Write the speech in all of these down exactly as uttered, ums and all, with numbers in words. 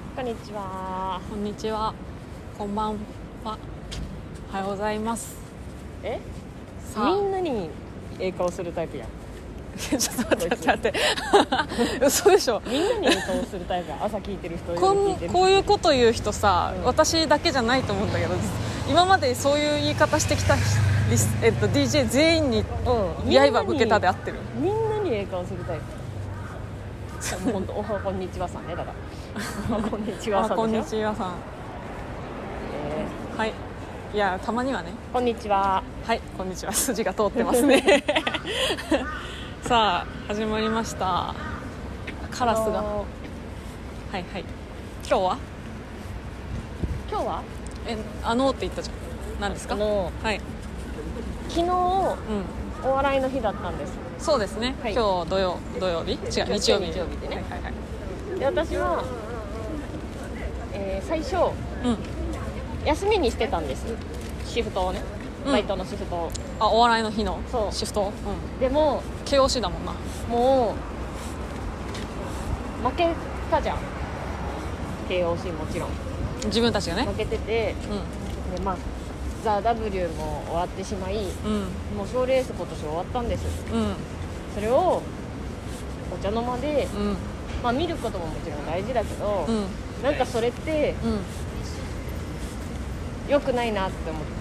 こんにちは。 こんにちは。こんばんは。おはようございます。 えさあみんなにええ顔するタイプやん。 ちょっと待って待って待って嘘でしょ。 みんなにええ顔するタイプやん。朝聞いてる人、 こん夜聞いてる人。 こういうこと言う人さ、 うん私だけじゃないと思うんだけど、今までそういう言い方してきたリス、えっと、ディージェー 全員にうん、 刃向けたで合ってる。 みんなにええ顔するタイプ。もう本当おはこんにちはさんね、だからおはこんにちはさんでしょ。 あ、こんにちはさん。 えはい。いや、たまにはね。 ーこんにちは。 はい、こんにちは。筋が通ってますねさあ始まりました。カラスが、 あのーはいはい。今日は今日はえあのーって言ったじゃん。何ですか。 あのはい。 昨日うん。 お笑いの日だったんです。 そうですね。 はい今日土曜土曜日違う日曜日。 日曜日でねはいはいはい。 で私は、えー最初うん。 休みにしてたんです、シフトをね、 うんバイトのシフトを。 あ、お笑いの日のそうシフト。うん。 でもケーオーシー だもんな。 もう負けたじゃん、 ケーオーシー もちろん自分たちがね。 負けてて、 うでまあザ・ W も終わってしまい、 んうんもう賞レース今年終わったんです。 うんそれをお茶の間で、 うんまあ見ることももちろん大事だけど、 うんなんかそれってうん良くないなって思って、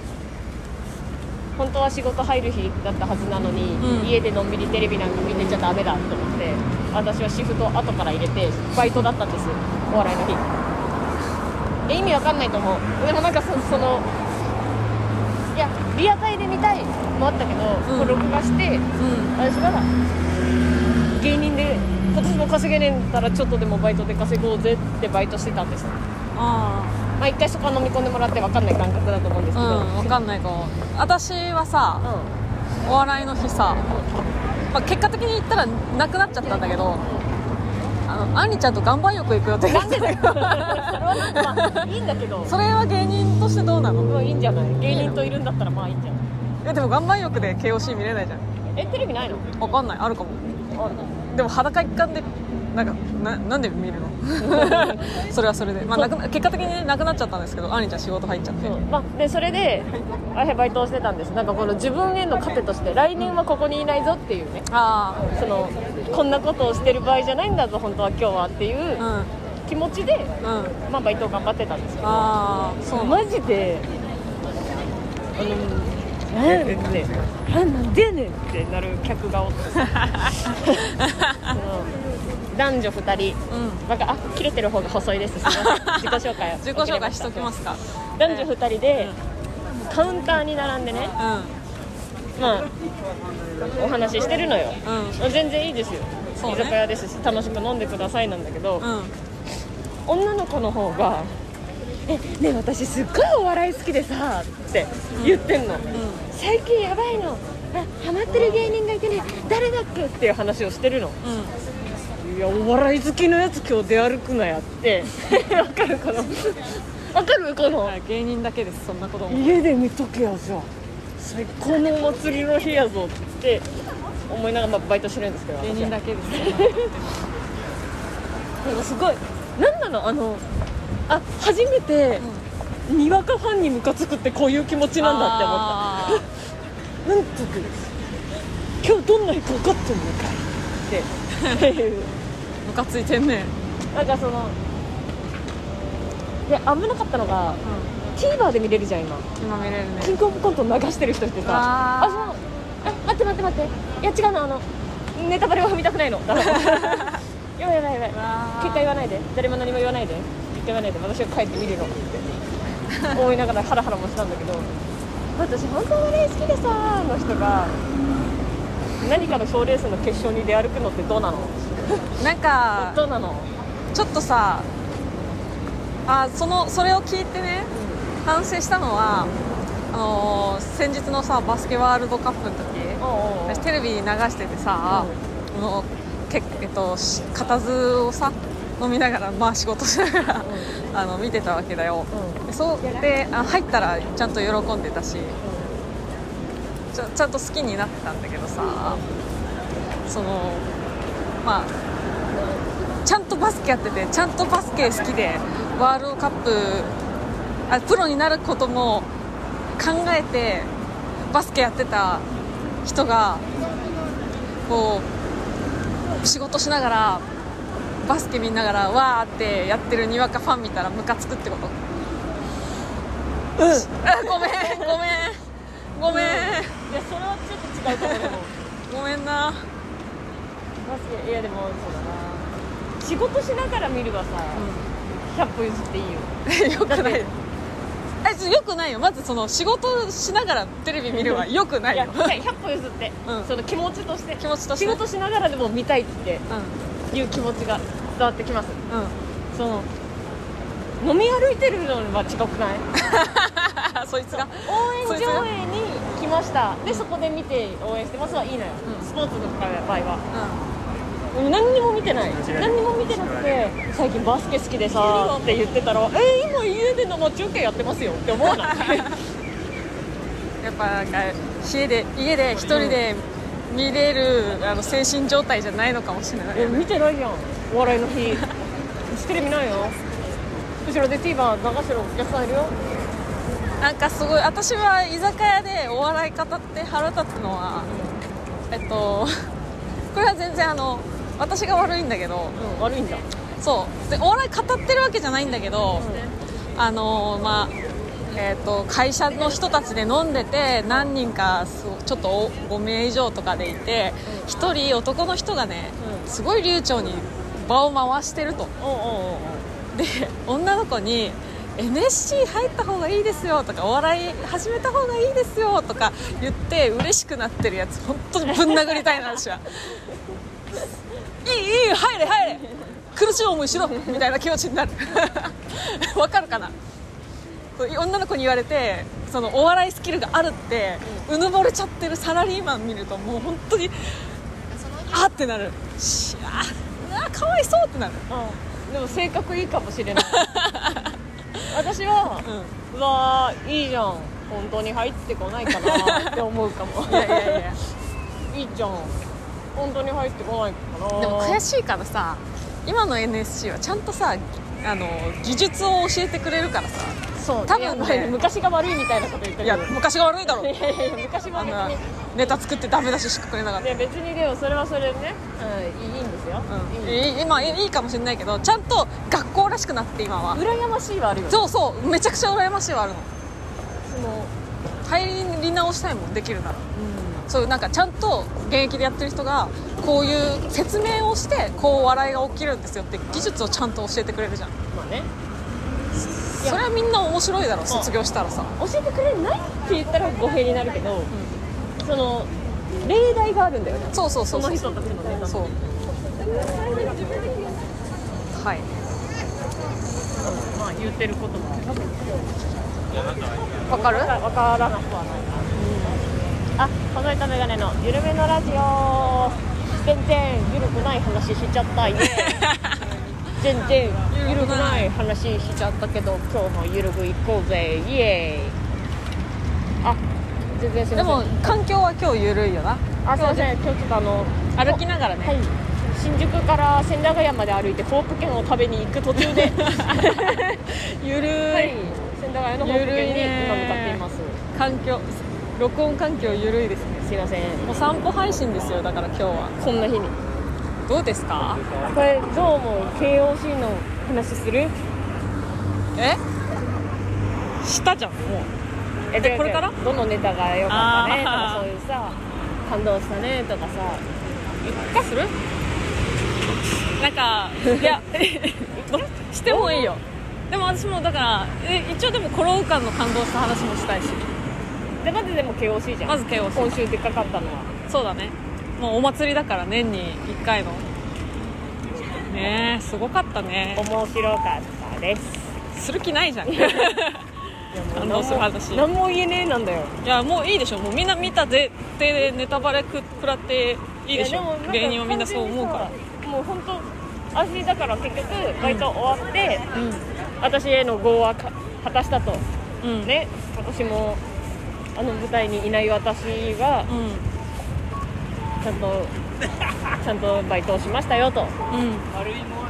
本当は仕事入る日だったはずなのに、 うん家でのんびりテレビなんか見てちゃダメだと思って、私はシフト後から入れてバイトだったんです、お笑いの日。え意味わかんないと思う。でもなんか そ, そのいやリアタイで見たいもあったけど、 うんこれ録画してうん私は芸人で今年も稼げねえんだったらちょっとでもバイトで稼ごうぜってバイトしてたんです。 あまあ一回そこは飲み込んでもらって分かんない感覚だと思うんですけど、 あ、うん、分かんないかも。私はさ、 うお笑いの日さ、まあ、結果的に言ったらなくなっちゃったんだけど、あのアンリちゃんと岩盤浴行く予定ん、 だなんでだよそれはなんかまあいいんだけどそれは芸人としてどうなの。 まあいいんじゃない、芸人といるんだったらまあいいんじゃない。 えでも岩盤浴で ケーオーシー 見れないじゃん。 えテレビないの？ 分かんない、あるかも。 あるの？ でも裸一貫でなんか な, なんで見るのそれはそれで、まあ、なくな結果的に、ね、なくなっちゃったんですけど、アンリちゃん仕事入っちゃって。 そう、まあ、でそれであれバイトをしてたんです。なんかこの自分への糧として来年はここにいないぞっていうね、 あそのこんなことをしてる場合じゃないんだぞ本当は今日はっていうあ気持ちで、 うんうんまあ、バイトを頑張ってたんですけど、 ああそうなんマジであのなんやねんってあなんでやねんってなる客がおってさあの男女ふたり、 うんなんかあ切れてる方が細いです。すいません自己紹介を自己紹介しときますか。 男女ふたりでカウンターに並んでね、 うまあお話ししてるのよ、 うん全然いいですよ、 そうね居酒屋ですし楽しく飲んでくださいなんだけど、 んうん女の子の方がえねえ私すっごいお笑い好きでさって言ってんの、最近やばいの、あハマってる芸人がいてね誰だっけっていう話をしてるの。 うんいやお笑い好きのやつ今日出歩くなやってわかるかなわかるこのうん芸人だけです、そんなことも。 家で見とけやじゃあ最高のお祭りの日やぞって思いながら、まあ、バイトしてるんですけど、 芸人だけですなんかすごいなんなのあのあ初めて、にわかファンにムカつくってこういう気持ちなんだって思った。なんとく今日どんな日か分かってんのかいってムカついてんね。 なんかそので危なかったのが、TVer で見れるじゃん今、 今見れるね。 キングオブコント流してる人ってさ、 あーあそのあ待って待って待っていや違うのあのネタバレは見たくないのだからやばいやばいやばいわー結果言わないで、誰も何も言わないで、結果言わないで、私が帰って見るのって思いながらハラハラもしたんだけど、私本当は笑い好きでさーの人が何かの賞レースの決勝に出歩くのってどうなの？ なんかどうなの？ ちょっとさあそのそれを聞いてね、反省したのはあのー、先日のさバスケワールドカップの時、 おうおうおう私テレビ流しててさ、 うんあのけえっと、し固唾をさ飲みながら、まあ、仕事しながら、うん、あの見てたわけだよ、 うん、 でそうであ入ったらちゃんと喜んでたし、ちゃ, ちゃんと好きになってたんだけどさ、そのまあちゃんとバスケやっててちゃんとバスケ好きでワールドカップあプロになることも考えてバスケやってた人がこう仕事しながらバスケ見ながらわーってやってるにわかファン見たらムカつくってこと？うんごめんごめんごめん、 いやそれはちょっと違うと思う。でもごめんな。 バスケいやでもそうだな、仕事しながら見るはさ、ひゃっぽ譲っていいよ。 よくないえよくないよ。まずその仕事しながらテレビ見るはよくないよ。 いやひゃっぽ譲って、うん、その気持ちとして気持ちとして仕事しながらでも見たいっていう気持ちが伝わってきます。 うん、うん、 その飲み歩いてるのは違くないそいつが応援上映に来ましたで、そこで見て応援してますはいいのよ、うん、スポーツの場合は、うん、何にも見てない何にも見てなくて最近バスケ好きでさって言ってたらえー、今家で生中継やってますよって思わないやっぱなんか家で家で一人で見れるあの精神状態じゃないのかもしれない、 え見てないじゃんお笑いの日テレビないよ後ろで TVer 流してるお客さんいるよ。 なんかすごい私は居酒屋でお笑い語って腹立つのは、うん、えっとこれは全然あの私が悪いんだけど、 うん、悪いんだ。 そうでお笑い語ってるわけじゃないんだけど、うん、あのまあえー、と会社の人たちで飲んでて何人かちょっとご名以上とかでいてひとり男の人がね、うん、すごい流暢に場を回してると。 おうおうおうで女の子に エヌエスシー 入った方がいいですよとかお笑い始めた方がいいですよとか言って嬉しくなってるやつ本当にぶん殴りたいな私はいいいい入れ入れ苦しい思いしろみたいな気持ちになるわかるかな。女の子に言われてそのお笑いスキルがあるってうぬぼれちゃってるサラリーマン見るともう本当にあってなるしあうわかわいそうってなる、 うん、でも性格いいかもしれない私は、うん、うわいいじゃん本当に入ってこないかなって思うかもいやいやいやいいじゃん本当に入ってこないかな。 でも悔しいからさ今の エヌエスシー はちゃんとさあの技術を教えてくれるからさそう多分ね昔が悪いみたいなこと言ってる。 いや昔が悪いだろいやいやいや昔は別にネタ作ってダメ出ししかくれなかった。 いや別にでもそれはそれでね、うん、いいんですよ、 うん、いい今いいかもしれないけどちゃんと学校らしくなって今は羨ましいはあるよね。 そうそうめちゃくちゃ羨ましいはあるの。 その入り直したいもんできるなら、うん、そういうなんかちゃんと現役でやってる人がこういう説明をしてこう笑いが起きるんですよって技術をちゃんと教えてくれるじゃん。 まあねそれはみんな面白いだろ卒業したらさ。 教えてくれないって言ったら語弊になるけど、うん、その例題があるんだよね。 そうそうそうそうその人たちのネタ。そうはい、 うん、まあ言ってることもわかる？ わからなくはないな、うん、あ、細いとメガネのゆるめのラジオ全然ゆるくない話しちゃったイエーイ全然ゆるくない話しちゃったけど今日もゆるくいこうぜイエーイ。あ、全然すいません。 でも環境は今日ゆるいよな。 あ、すいません今日ちょっとあの歩きながらね、 はい、新宿から千駄ヶ谷まで歩いてホープ券を食べに行く途中でゆるい、 はい、千駄ヶ谷のホープ券に今向かっています。 環境録音環境ゆるいですね。 すいません。 お散歩配信ですよだから今日は。 こんな日にどうですかこれどうも ケーオーシー の話する？ えしたじゃんもう。 えでこれからどのネタが良かったねとかそういうさ感動したねとかさ一回する？ なんかいやしてもいいよ。でも私もだからえ一応でもコロウカンの感動した話もしたいし。 でまずでも ケーオーシー じゃん。 まず ケーオーシー今週でかかったのはそうだね。もうお祭りだから年にいっかいのねえすごかったね。 面白かったです。 する気ないじゃん感動する話何も言えねえなんだよ。 いやもういいでしょ。もうみんな見た前提でネタバレく食らっていいでしょ。芸人はみんなそう思うから。 もう本当私だから結局バイト終わって、うん、私への業は果たしたと、うん、ね今年もあの舞台にいない私は、うん、ちゃんとちゃんとバイトをしましたよと、うん、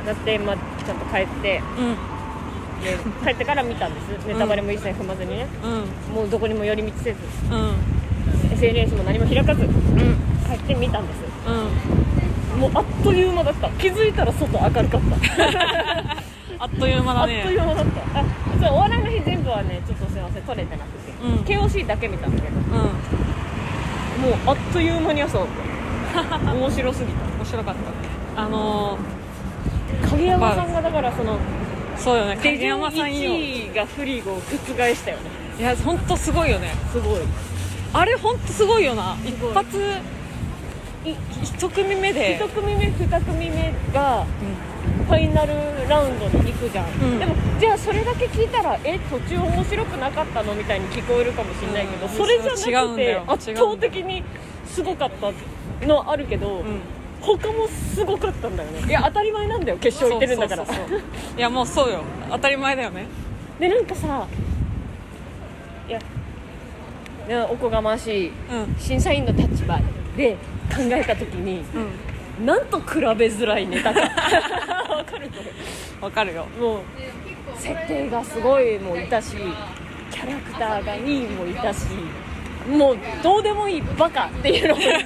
なって、まあ、ちゃんと帰ってうんで帰ってから見たんです。ネタバレも一切踏まずにね、 うんもうどこにも寄り道せずうんエスエヌエス も何も開かずうん帰って見たんです。 うんもうあっという間だった。気づいたら外明るかったあっという間だね。 あっという間だった。あ、そう、お笑いの日全部はねちょっとすいません撮れてなくて、 うんケーオーシー だけ見たんだけど、 うんもうあっという間に朝だった面白すぎた。 面白かったあの影山さんがだからそのー、そうよね手影山さんよ。 いちいがフリーを覆したよね。 いやほんとすごいよね。 すごい。 あれほんとすごいよな。一すごい発い一組目で一組目二組目がうファイナルラウンドに行くじゃん、 うんでもじゃあそれだけ聞いたらえ途中面白くなかったのみたいに聞こえるかもしれないけど、 うんそれじゃなくて違うんだよ圧倒的にすごかったのはあるけど、 ん、うん他もすごかったんだよね。いや当たり前なんだよ、決勝行ってるんだから。 そうそうそうそういやもうそうよ当たり前だよね。 でなんかさいやねおこがましいうん審査員の立場で考えた時にうんなんと比べづらいネタかわかるこれわかるよ。 もう設定がすごいもういたしキャラクターがいいもいたしもうどうでもいいバカっていうのもいたし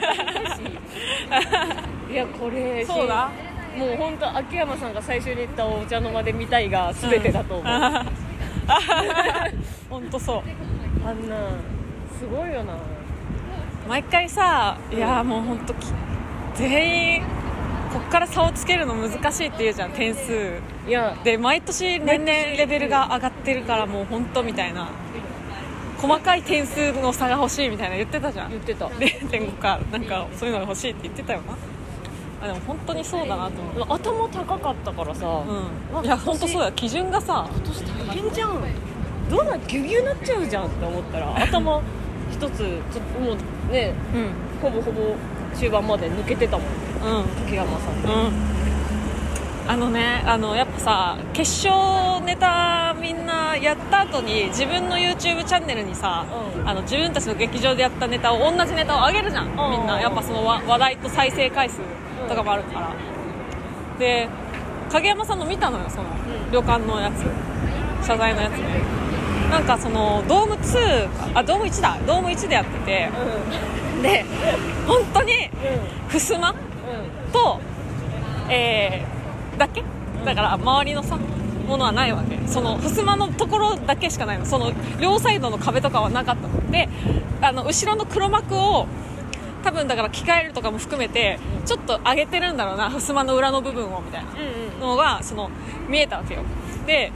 いやこれそうだもう本当秋山さんが最初に言ったお茶の間で見たいが全てだと思う、 うん、 あほんとそうんなすごいよな。 毎回さいやもうほんと全員こっから差をつけるの難しいって言うじゃん点数いやで毎年年々レベルが上がってるからもうほんとみたいな細かい点数の差が欲しいみたいな言ってたじゃん。 言ってた。 れいてんご かなんかそういうのが欲しいって言ってたよな。あでも本当にそうだなと思う。 頭高かったからさ、 うん、いや本当そうだよ。基準がさ今年大変じゃんどうなギュギュなっちゃうじゃんって思ったら頭一つちょっともうねうんほぼほぼ中盤まで抜けてたもんうん竹山さんうんあのねあのやっぱさ決勝ネタみんなやった後に自分の YouTube チャンネルにさ、うん、あの自分たちの劇場でやったネタを同じネタを上げるじゃん、うん、みんなやっぱその話題と再生回数とかもあるから、うん、で影山さんの見たのよその、うん、旅館のやつ謝罪のやつね。なんかそのドームツーあドームいちだドームいちでやってて、うん、で本当にふすま、うん、と、えー、だけだから周りのさものはないわけ。そのふすまのところだけしかないの。その両サイドの壁とかはなかったのであの後ろの黒幕を多分だから着替えるとかも含めてちょっと上げてるんだろうなふすまの裏の部分をみたいなのがその見えたわけよ。で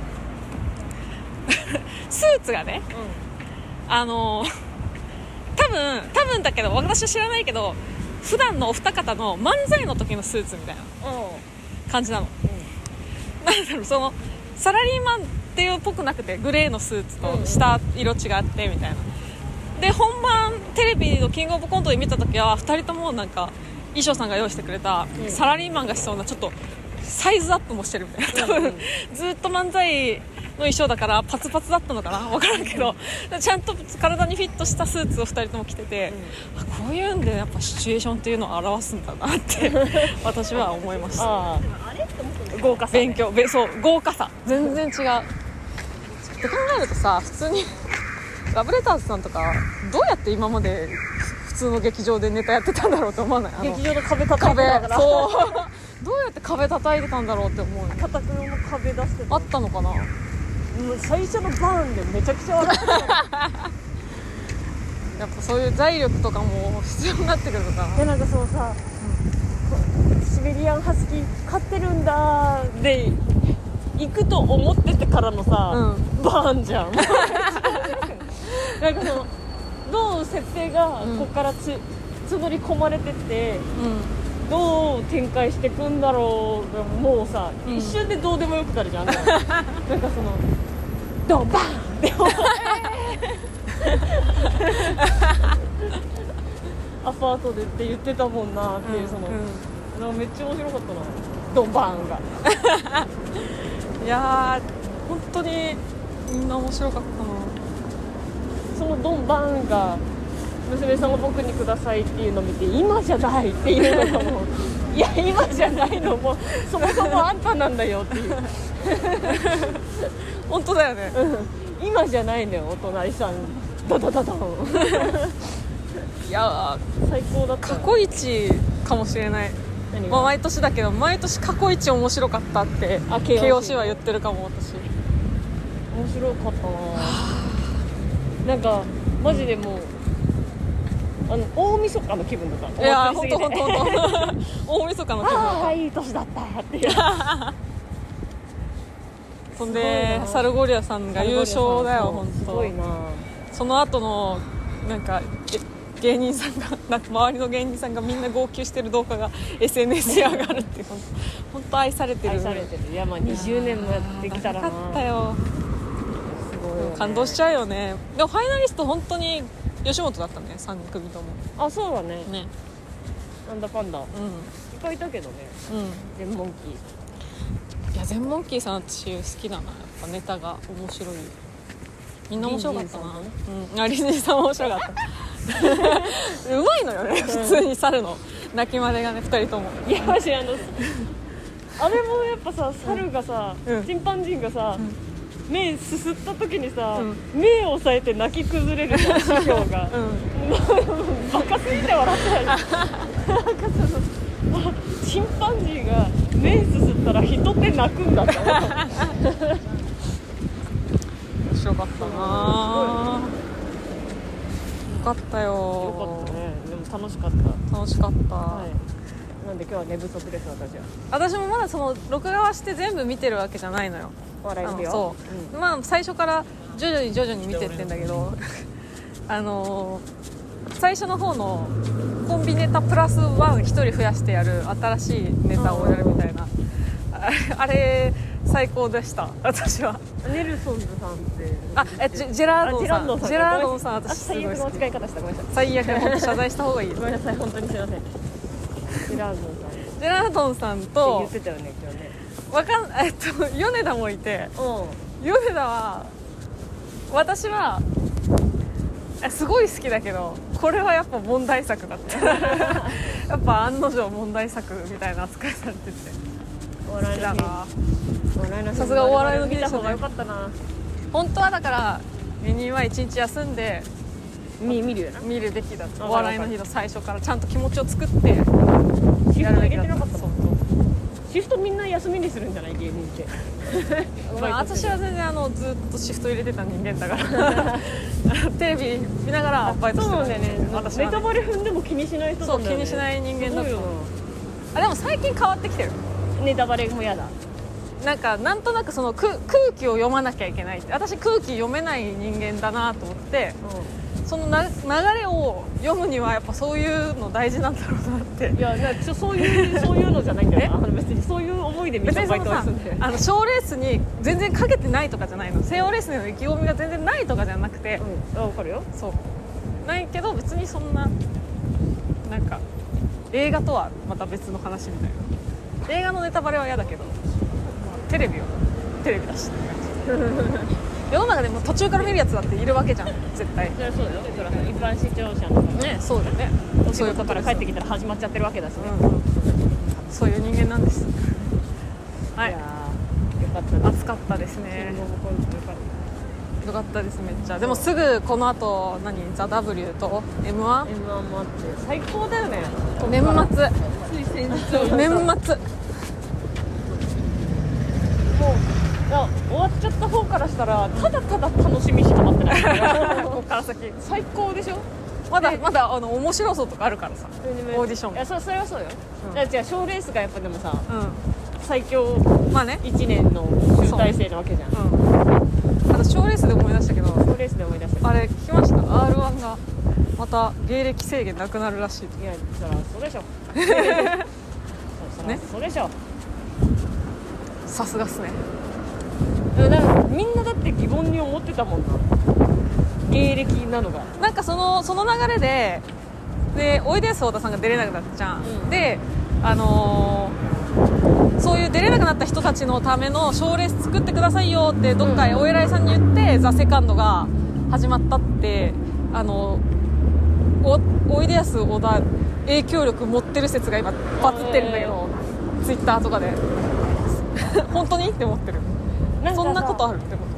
スーツがね、うん、あの多分多分だけど私は知らないけど普段のお二方の漫才の時のスーツみたいな感じなの、うん、なんだろうそのサラリーマンっていうっぽくなくてグレーのスーツと下色違ってみたいなで本番テレビのキングオブコントで見た時はふたりともなんか衣装さんが用意してくれたサラリーマンがしそうなちょっとサイズアップもしてるみたいな多分ずっと漫才の衣装だからパツパツだったのかな分からんけどちゃんと体にフィットしたスーツをふたりとも着てて、うん、こういうんでやっぱシチュエーションっていうのを表すんだなって私は思いました。あ豪華さ、ね、勉強べそう豪華さ全然違うって考えるとさ普通にラブレターズさんとかどうやって今まで普通の劇場でネタやってたんだろうと思わない？ 劇場の壁叩いてたからそうどうやって壁叩いてたんだろうって思う。 叩くのも壁出してたあったのかな。 もう最初のバーンでめちゃくちゃ笑ってたやっぱそういう財力とかも必要になってくるのかな。 でなんかそうさ、うん、シベリアンハスキー飼ってるんだで行くと思っててからのさ、うん、バーンじゃんなんかそのどう設定がここからつ、うん、募り込まれてって、うん、どう展開していくんだろうがもうさ、うん、一瞬でどうでもよくなるじゃんなんかそのドンバーンってアパートでって言ってたもんなっていう、うん、その、うん、なんかめっちゃ面白かったなドンバーンがいやー本当にみんな面白かったな。 そのドンバーンが娘さんを僕にくださいっていうのを見て今じゃないっていうのがもういや今じゃないの、もうそもそもあんたなんだよっていう本当だよね、 うん、今じゃないのよお隣さんドドドドンいや最高だった過去一かもしれない。 何が、 まあ、毎年だけど毎年過去一面白かったってあケーオーシー は言ってるかも私。 面白かったななんかマジでもうあの大晦日の気分だった。 いやお祭りすぎて本当本当本当大晦日の気分だああっいい年だったっていうた。そんですごいなサルゴリアさんが優勝だよ本当。 すごいな。 その後のなんか芸人さんがなんか周りの芸人さんがみんな号泣してる動画が エスエヌエス に上がるって本当愛されてる。 愛されてる。いやまあにじゅうねんもやってきたらな。 よかったよ。 すごいよね、 感動しちゃうよね。でもファイナリスト本当に吉本だったね、さん組ともあそうだね。 ね。 なんだかんだいっうんぱいいたけどね。 うん。 全モンキーいや全モンキーさん私好きだな。やっぱネタが面白い。みんな面白かったな。 リンリンさんもねうん。あリンリンさんも面白かった。うまいのよね、普通に猿の泣き真似がねふたりとも。 いやマジあのあれもやっぱさ猿がさ、 うんチンパンジーがさ、目すすった時にさ、 うん目を押さえて泣き崩れるじゃん師匠が、 うんバカすぎて笑ってないなんかさチンパンジーが目すすったら人って泣くんだって思った面白かったな。よかったよ。 よかったね。でも楽しかった。 楽しかった、 はい。なんで今日は寝不足です私は。 私もまだその録画はして全部見てるわけじゃないのよ。 笑えるよ。 そう、まあ最初から徐々に徐々に見てってんだけどあのー、最初の方のコンビネタプラスワンひとり増やしてやる新しいネタをやるみたいな、あれ、あれ最高でした私は。 ネルソンズさんってあえジェジェラードンさんあジェラードンさん私す最悪のごい好き。 間違い方した。ごめんなさい。 最悪本当謝罪した方がいい。 ごめんなさい本当にすいません。ジェラードンさんってジェラードンさん言とってたよね今日ね。 わかんえっと米田もいて、 う米田は私はえすごい好きだけどこれはやっぱ問題作だったやっぱ案の定問題作みたいな扱いされててん。お好笑いの日。 きだな。 お笑いの日さすがお笑いの日見でしたねた方が良かったな。 本当はだから芸人は一日休んで見見るよな。 見るべきだと。 あお笑いの日の最初からちゃんと気持ちを作ってシフト入れてなかったそうもん。シフトみんな休みにするんじゃない芸人ってまあ、私は全然あのずっとシフト入れてた人間だからテレビ見ながらバイトしてたそうなんだよね。 私はねネタバレ踏んでも気にしない人なんだよね。 そう気にしない人間だったすごいよあでも最近変わってきてる。 な。ネタバレも嫌だ。 なんかなんとなくその空空気を読まなきゃいけないって。私空気読めない人間だなと思ってそのな流れを読むにはやっぱそういうの大事なんだろうなって。 いやなちょそういうそういうのじゃないんだよな。あの別にそういう思いでみんなバイトはするんで。 あの賞レースに全然かけてないとかじゃないの。西洋レースへの意気込みが全然ないとかじゃなくて、 うん、あ分かるよ。 そうないけど別にそんななんか映画とはまた別の話みたいな。映画のネタバレは嫌だけど、まあ、テレビはテレビだしって感じ世の中でも途中から見るやつだっているわけじゃん絶対そりゃそうだよ。そりゃそう一般視聴者の方ね。そうだよね。 お仕事から帰ってきたら始まっちゃってるわけだしね。 うんうん、そういう人間なんですはいい。 やーよかったです。 暑かったですキンねグオブコントよかった。 よかったですめっちゃ。でもすぐこの後何ザ・ W と エムワンエムワン もあって最高だよね。 年末つい先日を年末もういや終わっちゃった方からしたらただただ楽しみしか待ってないここから先最高でしょ。 まだまだあの面白そうとかあるからさオーディションいや そ, それはそうよ、 うんだから違う賞レースがやっぱでもさう最強んまあねいちねんの集大成なわけじゃん。 うんあと賞レースで思い出したけど賞レースで思い出したあれ聞きました アールワン がまた芸歴制限なくなるらしい。 いやそらそうでしょそらねそうでしょ。 さすがっすね。 だからみんなだって疑問に思ってたもんな芸歴なのが。 なんかそのその流れででおいでやす小田さんが出れなくなったじゃん、 うんであのー、そういう出れなくなった人たちのための賞レース作ってくださいよってどっかへお偉いさんに言って、ザ・セカンドが始まったってあのおおいでやす小田影響力持ってる説が今バズってるんだけど、ツイッターとかで本当にって思ってる。 なんかさそんなことあるってこと。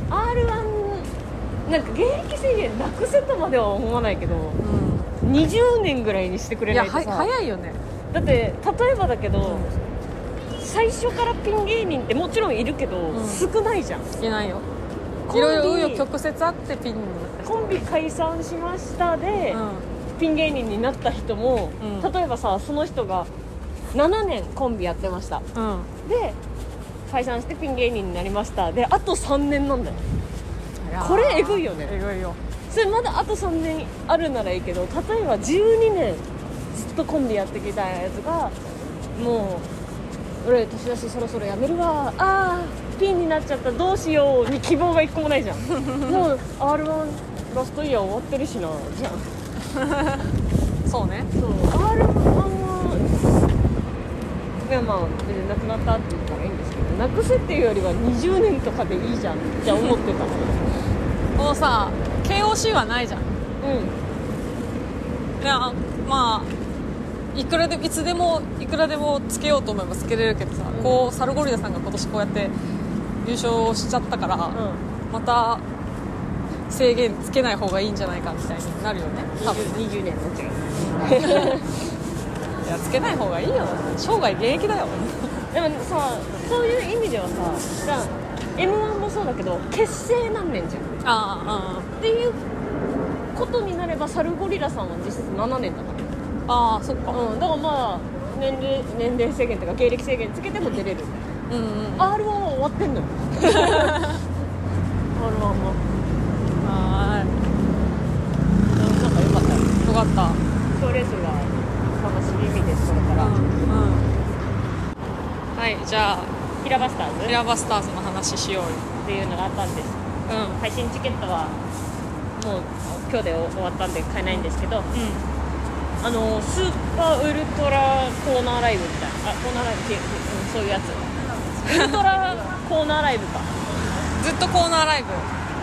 アールワン なんか現役制限なくせとまでは思わないけど、 うにじゅうねんぐらいにしてくん、いやれないとさは早いよね。 だって例えばだけど、最初からピン芸人ってもちろんいるけど、 うん少ないじゃん。 いないよ。 コンビいろいろ紆余曲折あってピンになった人。 コンビ解散しましたで、 うピン芸人になった人も、 うん例えばさその人がななねんコンビやってました、 んうんで解散してピン芸人になりましたであとさんねんなんだよ。 いやーこれえぐいよね。 えぐいよ。 それまだあとさんねんあるならいいけど、例えばじゅうにねんずっとコンビやってきたやつがもう俺年だしそろそろやめるわ、あーピンになっちゃったどうしように希望がいっこもないじゃんもう アールワン ラストイヤー終わってるしなじゃんそうね。 そう アールワン はいやまあ別になくなったって言ったらいいんですけど、なくせっていうよりはにじゅうねんとかでいいじゃんって思ってたこのさ ケーオーシー はないじゃん。 うんいやまあいくらでいつでもいくらでもつけようと思えばつけれるけどさ、 うんこうサルゴリラさんが今年こうやって優勝しちゃったから、 うんまた制限つけない方がいいんじゃないかみたいになるよね多分。 にじゅうねんの違ういやつけない方がいいよ。生涯現役だよでもさそういう意味ではさじゃあ エムワン もそうだけど結成何年じゃんあっていうことになればサルゴリラさんは実質ななねんだかあああそっか。 ら、うん、だからまあ年齢年齢制限とか芸歴制限つけても出れる。 うんうんアールワン は終わってんのよアールワン もはなんかよかったよ。 ーいよかった。 賞レースが楽しみですこれから、 うんうんはいじゃあ平バスターズっミラバスターズの話しようよ。 ていうのがあったんです。 うん配信チケットはもう今日で終わったんで買えないんですけど、 うあのスーパーウルトラコーナーライブみたいな、あコーナーライブ、うん、そういうやつウルトラコーナーライブか、 んずっとコーナーライブ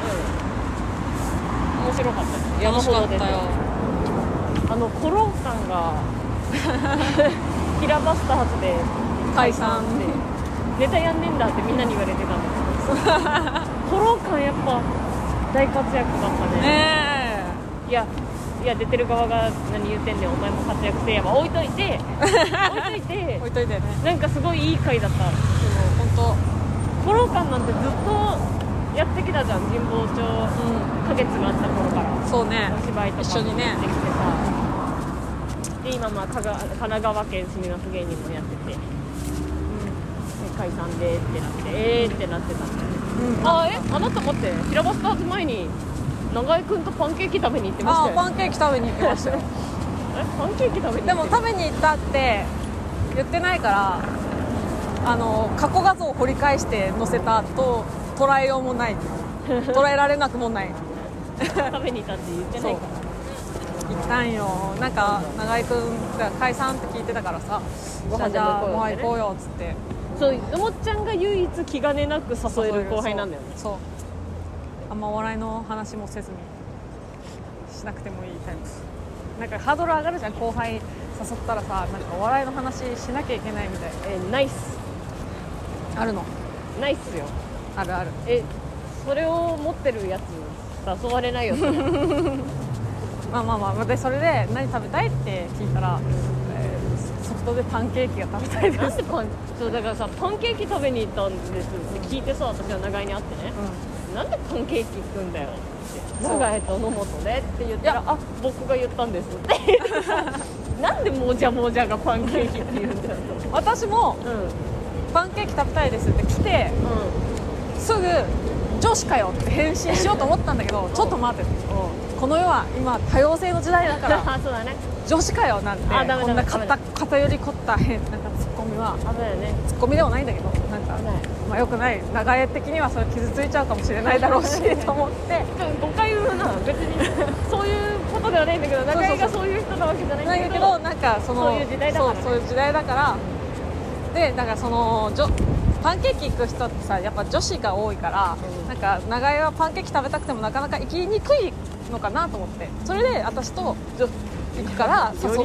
うん、面白かったです。 楽しかったよ。 山ほど出てあのコロン感が平バスターズで解散ってネタやんねんだってみんなに言われてたんだけどコロン感やっぱ大活躍だったね。 ねいやいや出てる側が何言ってんねんお前も活躍せえやは置いといて置いといてえ置いといてね。 なんかすごいいい回だった。 本コロ感なんてずっとやってきたじゃん、神保町当。うん花月があった頃からそうね。 お芝居とか一緒にねやってきてさ、で今まあかが神奈川県住みます芸人もやってて、で解散でってなってえーってなってたんだよね、 うんあえあなた待って平場スターズ前に長井くんとパンケーキ食べに行ってましあたよ。 パンケーキ食べに行きましたよえパンケーキ食べにでも行って食べに行ったって言ってないからあの過去画像を掘り返して載せたと捉えようもない捉えられなくもない食べに行ったって言ってないから行ったんよ。なんか長井くんが解散って聞いてたからさご飯じゃあでも行こうよご飯行こうよっつってそうおもちゃんが唯一気兼ねなく誘える後輩なんだよね。 そうそうあんまお笑いの話もせずにしなくてもいいタイプ。なんかハードル上がるじゃん後輩誘ったらさなんかお笑いの話しなきゃいけないみたいえナイスなあるのナイスよ。 あるあるえそれを持ってるやつ誘われないよそれまあまあまあでそれで何食べたいって聞いたら、えーソフトでパンケーキが食べたいですなんでパンそうだからさパンケーキ食べに行ったんですって聞いてさ私は長井に会ってね、なんでパンケーキ行くんだよってそう長井と野本でって言ったらいやあ僕が言ったんですってなんでもじゃもじゃがパンケーキって言うんだよ私もうんうんパンケーキ食べたいですって来てすぐ女子かよって返信しようと思ったんだけどちょっと待ってこの世は今多様性の時代だからあそうだね女子かよなんてあダメこんなダメダ偏偏り凝った変なんかツッコミは危ないよねツッコミでもないんだけどなんか危ないまあよくない長江的にはそれ傷ついちゃうかもしれないだろうしと思って誤解言うな別にそういうことではないんだけど中井がそういう人なわけじゃないんだけどないんだけどなんかそのそういう時代だからねそうそういう時代だからでだからそのじょパンケーキ行く人ってさやっぱ女子が多いから、 うんなんか長江はパンケーキ食べたくてもなかなか行きにくいのかなと思ってそれで私とじょ行くから誘より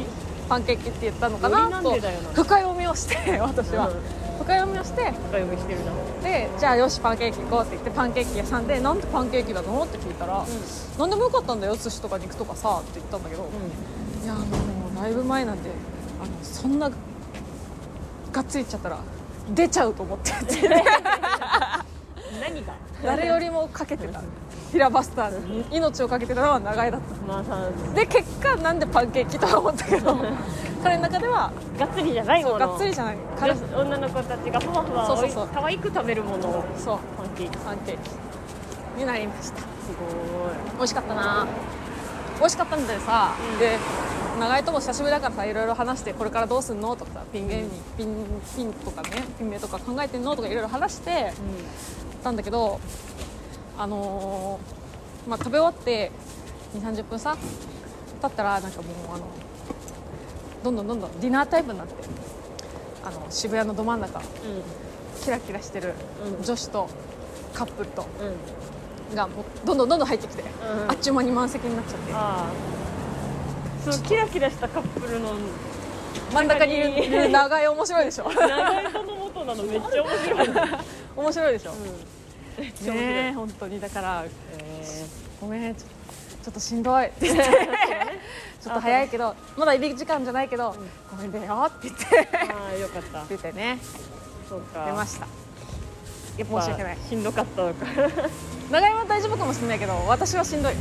パンケーキって言ったのかなと深読みをして私は、うん、深読みをして深読みしてるな。 でじゃあよしパンケーキ行こうって言ってパンケーキ屋さんでなんでパンケーキなのって聞いたら、うん、なんでもよかったんだよ寿司とか肉とかさって言ったんだけど、うん、いやもうライブ前なんであのそんながっつりいっちゃったら出ちゃうと思って何が誰よりもかけてたフィラバスターズに命をかけてたのは長井だった、 まあ、さで結果なんでパンケーキとは思ったけど彼の中ではがっつりじゃないもの、 がっつりじゃない彼女の子たちがふわふわそうそうそう可愛く食べるものをそうパンケーキパンケーキになりました。すごい美味しかったな。美味しかったんでさ、うん、で長井とも久しぶりだからさいろいろ話してこれからどうすんのとかさピン芸人ピンピンとかねピン名とか考えてんのとかいろいろ話してたんだけど、あのー、まあ食べ終わってにじゅうさんじゅっぷんさ経ったらなんかもうあのどんどんどんどんディナータイムになってあの渋谷のど真ん中、うん、キラキラしてる女子とカップルと、うん、がもうどんどんどんどん入ってきて、うん、あっちゅう間に満席になっちゃって、あそうキラキラしたカップルの真ん中にいる長い面白いでしょ長い人の元なのめっちゃ面白い面白いでしょ、 うん、めっちゃ面白いね本当にだから、えー、ごめんちょちょっとしんどいって言ってちょっと早いけどまだ入り時間じゃないけど、うん、ごめんだよって言ってああよかったって言ってねそうか出ました。 やっぱ申し訳ないしんどかったのか長山は大丈夫かもしれないけど私はしんどい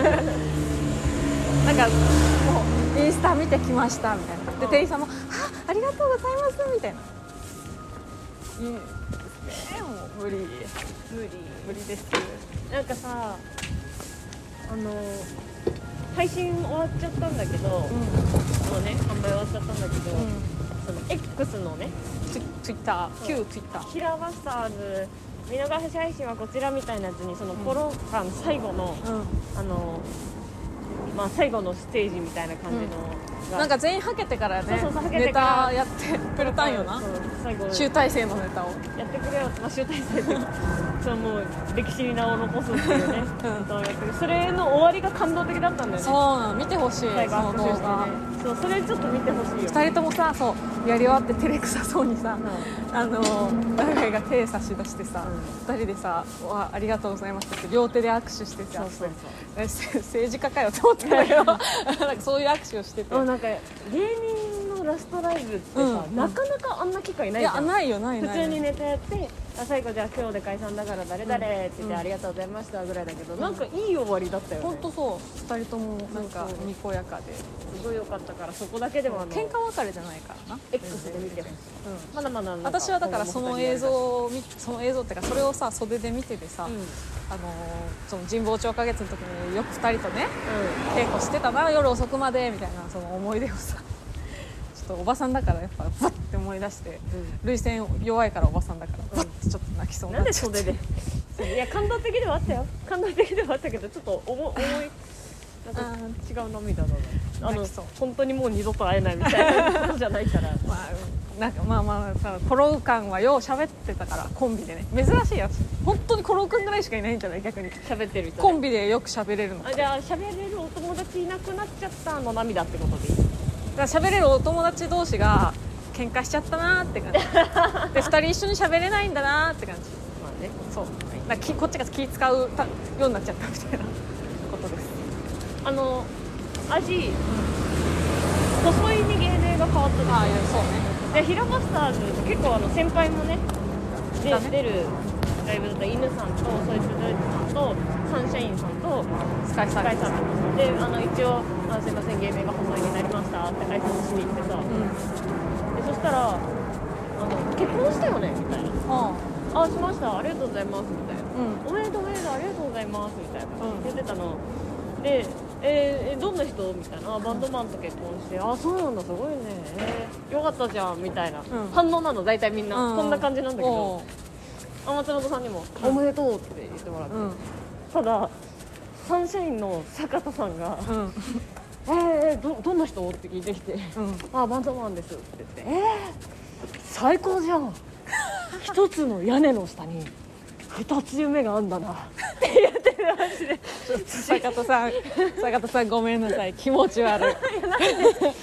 なんかもうインスタ見てきましたみたいなで、うん、店員さんも あ, ありがとうございますみたいないいですねもう無理無理無理ですなんかさあの配信終わっちゃったんだけど、うん、もうね販売終わっちゃったんだけど、うん、その X のねツイッター旧ツイッターキラバスターズ見逃し配信はこちらみたいなやつにそのコロナの最後の、うん、あのまあ最後のステージみたいな感じの、 うん、なんか全員はけてからねそうそうそうネタやってくれたんよな最後集大成のネタをやってくれよ、まあ、集大成でそのもう歴史に名を残すっていうね、うん、やってるそれの終わりが感動的だったんだよね。 そうなの見てほしい最後アップしてねそうそれちょっと見てほしいよ。 ふたりともさそうやり終わって照れくさそうにさ、うん、あの長井が手差し出してさ、うん、ふたりでさわありがとうございましたって両手で握手してさそうそうそう政治家かよって思ってたけどなんかそういう握手をしててなんか芸人のラストライブってさ、うん、なかなかあんな機会ないじゃん。 いやないよないない普通にネタやってあ最後じゃあ今日で解散だから誰々って言って、うん、ありがとうございましたぐらいだけど、うん、なんかいい終わりだったよね。 ほんとそうふたりともなんかにこやかですごい良かったからそこだけでもあの喧嘩別れじゃないからな X で見てほしい、うん、まだまだ私はだからその映像を見その映像っていうかそれをさ袖で見ててさ、うん、あのその神保町花月の時によくふたりとね、うん、稽古してたな夜遅くまでみたいなその思い出をさちょっとおばさんだからやっぱバッて思い出して、うん、涙腺弱いからおばさんだからバッてちょっと泣きそうになっちゃって、 なんで袖でいや感動的ではあったよ感動的ではあったけどちょっと重重いなんか違う涙だなあの本当にもう二度と会えないみたいなことじゃないからまあなんかまあまあさコロウ感はよう喋ってたからコンビでね珍しいやつ本当にコロウ君ぐらいしかいないんじゃない逆に喋ってる人、ね、 コンビでよく喋れるのあじゃあ喋れるお友達いなくなっちゃったの涙ってことでいい？だから喋れるお友達同士が喧嘩しちゃったなーって感じでふたり一緒に喋れないんだなーって感じまあねそうだからこっちが気使うようになっちゃったみたいなことです。 あの味、うん、細いに芸名が変わったでしょ。 ああいやそうねでヒラバスターズって結構あの先輩もねで出るライブだったら犬さんとソイスドイツさんとサンシャインさんとスカイさんであの一応あすいません芸名が細いになりましたって挨拶しに行ってさ、うん、でそしたらあの結婚したよねみたいな、ああしましたありがとうございますみたいな、うん、おめでとうおめでとうありがとうございますみたいな、うん、言ってたのでえー、どんな人みたいなバンドマンと結婚して、うん、あそうなんだすごいね、えー、よかったじゃんみたいな、うん、反応なの大体みんな、うん、こんな感じなんだけどあ松本さんにも、うん、おめでとうって言ってもらって、うん、ただサンシャインの坂田さんが、うん、えー、ど, どんな人って聞いてきて、うん、あバンドマンですって言ってえー、最高じゃん一つの屋根の下に二つ夢があんだなって言ってるマジで坂田さん坂田さんごめんなさい気持ち悪い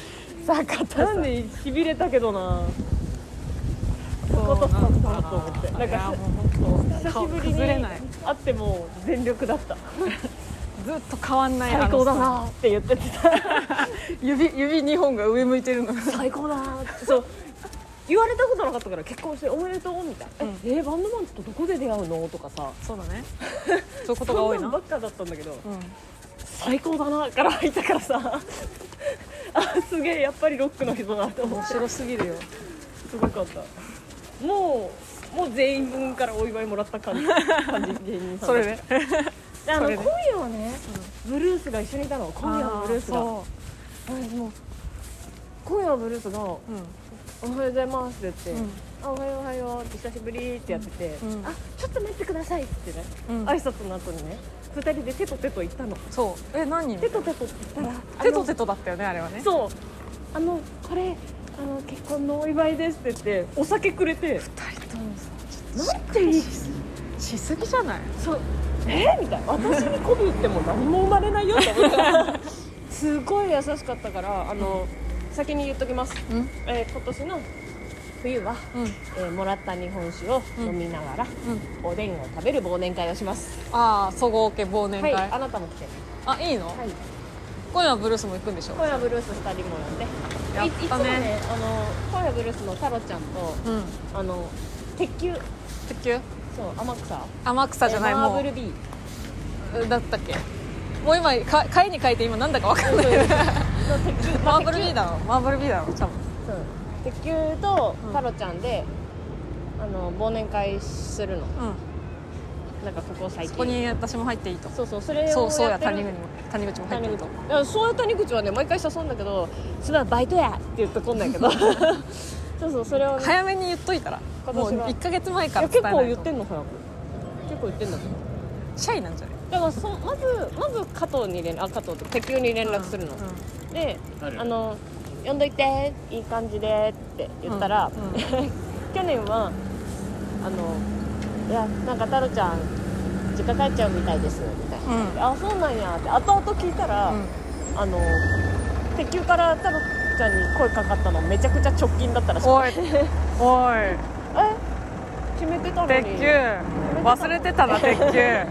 坂田さなんんでしびれたけどなそう坂田さんだなんだと思ってなんいやかもう本当久しぶりに崩れない会っても全力だったずっと変わんない最高だあのさなって言っててさ指指にほんが上向いてるの最高だなってそう言われたことなかったから結婚しておめでとうみたいな、 うんええバンドマンとどこで出会うのとかさそうだねそういうことが多いなそんなんばっかだったんだけど、 うん最高だなから入ったからさあすげえやっぱりロックの人だと思って面白すぎるよすごかったもうもう全員分からお祝いもらった感じ感じ芸人さんそれでであのそれで今夜はね、ブルースが一緒にいたの今夜のブルースがそはいもう今夜のブルースがう、うんおはようございますって言って、 うんあおはようおはようって久しぶりってやってて、 うんあちょっと待ってくださいってね、 うん挨拶の後にねふたりで手と手と言ったのそうえ何人手と手とって言ったら手と手とだったよねあれはねそうあのこれあの結婚のお祝いですって言ってお酒くれてふたりともさなんていいしすぎじゃないそうえー、みたいな私に媚び売っても何も生まれないよって思ってすごい優しかったからあの先に言っときます、 うんえー今年の冬は、 うんえーもらった日本酒を飲みながら、 うんおでんを食べる忘年会をしますああそごう家忘年会、 はいあなたも来てねあいいの、 はい今夜はブルースも行くんでしょ今夜ブルースふたりも呼んでやいったねいつもねあの今夜ブルースのタロちゃんとうんあの鉄球鉄球そう天草天草じゃないえーマーもブルビーうだったっけもう今か会に書いて今なんだか分かんないの鉄球マーブルビー鉄球だろマーブルビーだろ多分そう鉄球とうんタロちゃんで、あの忘年会するのうんなんかここ最近そこに私も入っていいとそうそうそれをやってるそうそうや谷口も谷口も入っていいといやそうやった谷口はね毎回誘うんだけど「それはバイトや!」って言ってこんないけどそうそうそれをね早めに言っといたらもう今年はいっかげつまえかいやら伝えないと結構言ってんの早く結構言ってんだけどシャイなんじゃないだからそまずまず加藤に連絡あ加藤と鉄球に連絡するの、 うんうんであの呼んどいていい感じでって言ったら、 うんうん去年はあのいやなんか太郎ちゃん実家帰っちゃうみたいですみたいな、 うんあそうなんやって後々聞いたら、 うんあの鉄球から太郎ちゃんに声かかったのめちゃくちゃ直近だったらしくておいおいえ決めてたのに鉄球忘れてたな鉄球そう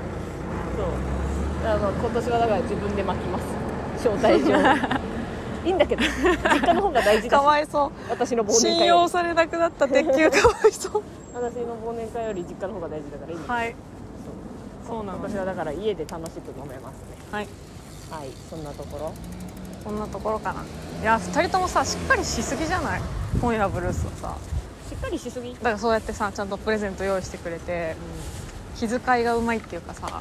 あの今年はだから自分で巻きます招待状いいんだけど実家の方が大事だかしわいそう私の忘年信会より用されなくなった鉄球かわいそう私の忘年会より実家の方が大事だからいいんだはいそうなの私はだから家で楽しく飲めますねはいはいそんなところこんなところかないやふたりともさしっかりしすぎじゃない今夜ブルースはさしっかりしすぎ、 だからそうやってさちゃんとプレゼント用意してくれて気遣いがうまいっていうかさ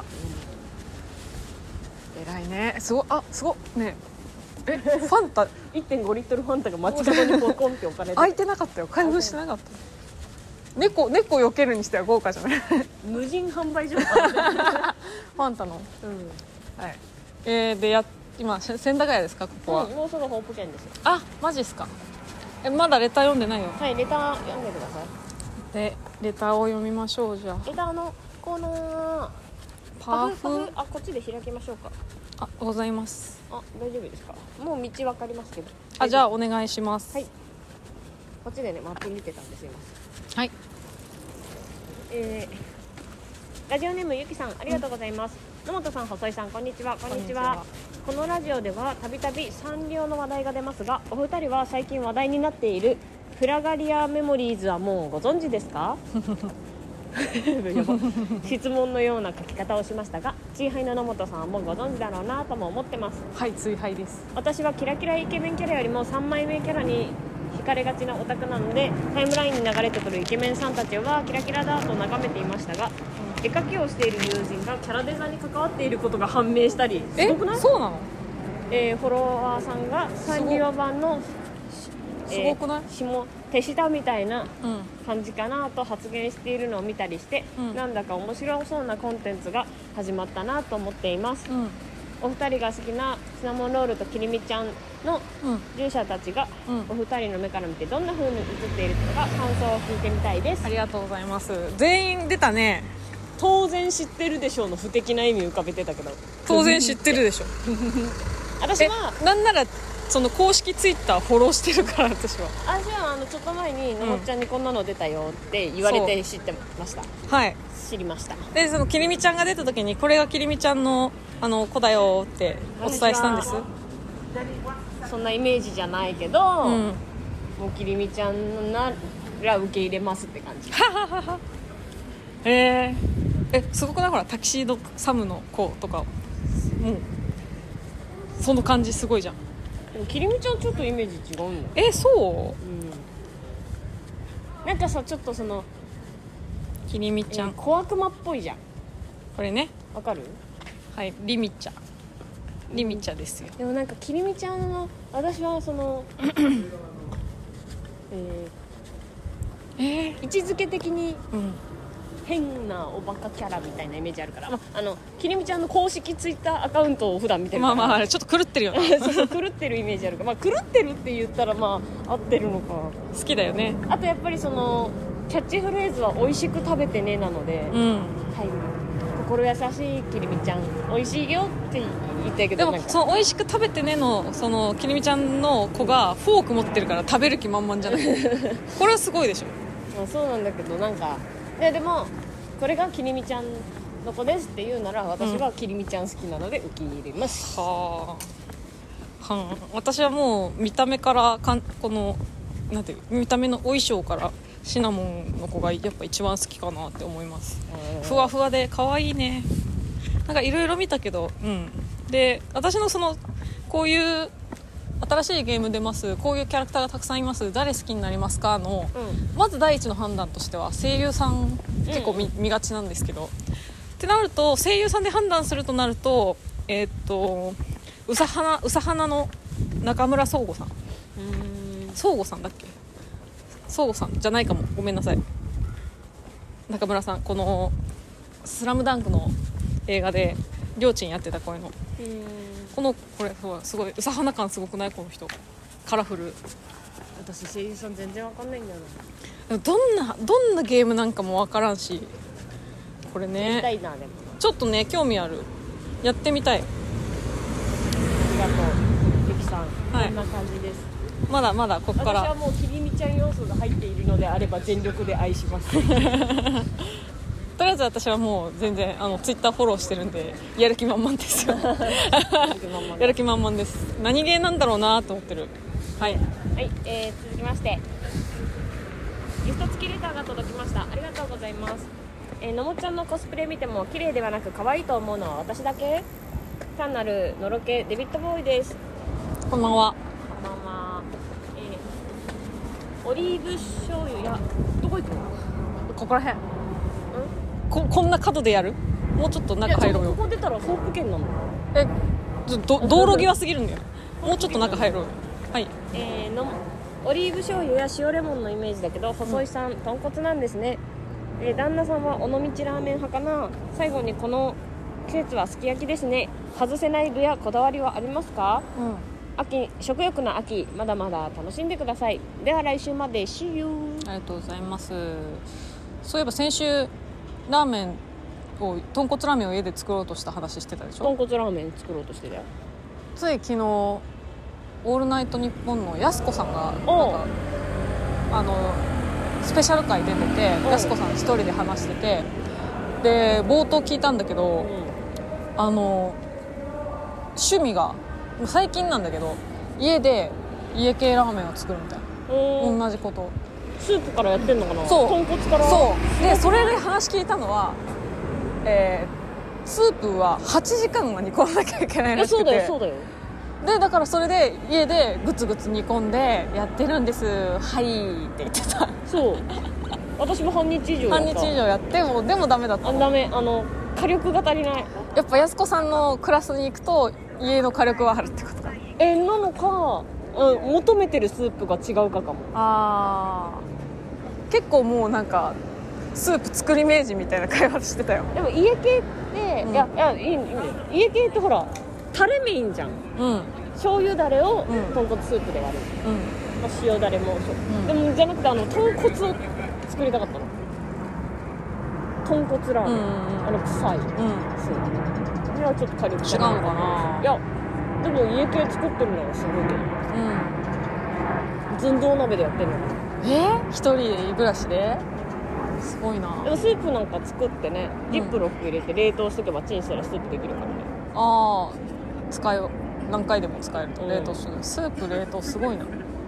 偉いねすごいあすごいねえファンタいってんごリットルファンタが街角にこうコンって置かれて開いてなかったよ開封してなかった猫猫避けるにしては豪華じゃないフ無人販売所、うん、 ァンタのはいえー、でや今千駄ヶ谷ですかここは、 うん、もうすぐホープ券ですよあマジっすかえまだレター読んでないよはいレター読んでくださいでレターを読みましょうじゃあレターのコーナーパフパフあこっちで開きましょうかあございますあ大丈夫ですかもう道わかりますけどあじゃああお願いしますはいこっちでねマップ見てたんですいませんはいえーラジオネームゆきさんありがとうございます、野本さん細井さんこんにちはこんにちはこのラジオではたびたびサンリオの話題が出ますがお二人は最近話題になっているフラガリアメモリーズはもうご存知ですかやば質問のような書き方をしましたがチーハイの野本さんはもうご存知だろうなとも思ってます。 はい追廃です私はキラキライケメンキャラよりもさんまいめキャラに惹かれがちなオタクなのでタイムラインに流れてくるイケメンさんたちはキラキラだと眺めていましたが、絵描きをしている友人がキャラデザに関わっていることが判明したりすえごくない？ そうなのえーフォロワーさんがサンリオ版のすごくない下手下みたいなうん感じかなと発言しているのを見たりして、 うんなんだか面白そうなコンテンツが始まったなと思っています。 うんお二人が好きなシナモンロールときりみちゃんのうん従者たちがうんお二人の目から見てどんな風に映っているのか感想を聞いてみたいです。 ありがとうございます全員出たね当然知ってるでしょうの不敵な意味浮かべてたけど当然知ってるでしょ私えはなんならその公式ツイッターフォローしてるから私は。 私はあのちょっと前にのもっちゃんにこんなの出たよって言われて知ってました、 はい、 知りました。 でそのきりみちゃんが出た時にこれがきりみちゃんのあの子だよってお伝えしたんです。 そんなイメージじゃないけど、うん、もうきりみちゃんなら受け入れますって感じ。 えー、えすごくない？ほらタキシードサムの子とかもうその感じすごいじゃん。 でもきりみちゃんちょっとイメージ違うんだ。 えそう、 うん、なんかさちょっとそのきりみちゃん、 えー、小悪魔っぽいじゃんこれね。 わかる？ はいリミチャリミチャですよ。 でもなんかきりみちゃんの私はそのえー、えー、位置づけ的に変なおバカキャラみたいなイメージあるから、まあ、あのきりみちゃんの公式ツイッターアカウントを普段見てるから、 まあまあちょっと狂ってるよね。 そうそう狂ってるイメージあるから、まあ、狂ってるって言ったらまあ合ってるのか。 好きだよね。 あとやっぱりそのキャッチフレーズは美味しく食べてねなので、うん、はい、心優しいきりみちゃん美味しいよって言ったけど、 でもその美味しく食べてねのそのきりみちゃんの子がフォーク持ってるから食べる気満々じゃない？これはすごいでしょ。 まあ、そうなんだけどなんかででもこれがきりみちゃんの子ですって言うなら私はきりみちゃん好きなので受け入れます、 うん、はあ、はん、私はもう見た目からかんこのなんていう見た目のお衣装からシナモンの子がやっぱ一番好きかなって思います。ふわふわで可愛いね。なんかいろいろ見たけど、うん、で私のそのこういう新しいゲーム出ます、こういうキャラクターがたくさんいます、誰好きになりますかの、うん、まず第一の判断としては声優さん結構 見,、うん、見がちなんですけど、ってなると声優さんで判断するとなるとえー、っとうさはなうさはなの中村壮吾さん、壮吾さんだっけ、壮吾さんじゃないかも、ごめんなさい。中村さん、このスラムダンクの映画でりょーちんやってた声のこのこれすごいうさはな感すごくない？この人カラフル。 私声優さん全然わかんないんだよな。どんなどんなゲームなんかもわからんし、これねやりたいな。でもちょっとね興味ある、やってみたい。 ありがとうゆきさん、はい、こんな感じです。 まだまだここから私はもうきりみちゃん要素が入っているのであれば全力で愛します。 とりあえず私はもう全然あのツイッターフォローしてるんでやる気満々ですよ。やる気満々です。何ゲーなんだろうなと思ってる。はい、 はい、えー、続きましてギフト付きレターが届きました。ありがとうございます。えー、のもちゃんのコスプレ見ても綺麗ではなく可愛いと思うのは私だけ？単なるのろけデビッドボーイです。 こんばんは。 こんばんは。えー、オリーブ醤油やどこ行くの？ ここら辺。こ, こんな角でやる？もうちょっと中入ろうよ。 ここ出たらホープ圏なの？ えど道路際すぎるんだよ。もうちょっと中入ろうよ。はい。 えー、のオリーブ醤油や塩レモンのイメージだけど細井さん、うん、豚骨なんですね。えー、旦那さんは尾道ラーメン派かな。最後にこの季節はすき焼きですね。外せない具やこだわりはありますか？うん、秋食欲の秋まだまだ楽しんでください。では来週まで See you。 ありがとうございます。そういえば先週ラーメンを豚骨ラーメンを家で作ろうとした話してたでしょ。 豚骨ラーメン作ろうとしてたよ。 つい昨日オールナイトニッポンのやす子さんがなんかあのスペシャル回出てて、やす子さん一人で話してて、で冒頭聞いたんだけど、うん、あの趣味が最近なんだけど家で家系ラーメンを作るみたいな、同じこと。 スープからやってんのかな。 そう豚骨から。 そうでそれで話聞いたのは、えー、スープははちじかんは煮込まなきゃいけないらしくて。 そうだよそうだよ。 でだからそれで家でグツグツ煮込んでやってるんです。はいって言ってた。 そう私も半日以上やった。 半日以上やってもでもダメだったの。 あダメ、あの火力が足りない。 やっぱやす子さんのクラスに行くと家の火力はあるってことだ。 えなのか、うん、求めてるスープが違うかかも。 あ結構もうなんかスープ作り名人みたいな会話してたよ。 でも家系って、うん、いやいやいいいい家系ってほらタレメインじゃん、うん、醤油だれを豚骨スープで割る、うんまあ、塩だれもそう、うん、でもじゃなくてあの豚骨を作りたかったの。豚骨ラーメン、うんうん、あの臭い、うん、そういやちょっと火力違うのかな。 いやでも家系作ってるのはすごいけど、寸胴鍋でやってるの。 えー、一人で暮らしですごいな。 でもスープなんか作ってね、ジップロック入れて冷凍しとけばチンしたらスープできるからね。 ああ、使えよ、何回でも使えると。 うん冷凍してる、スープ冷凍すごいな。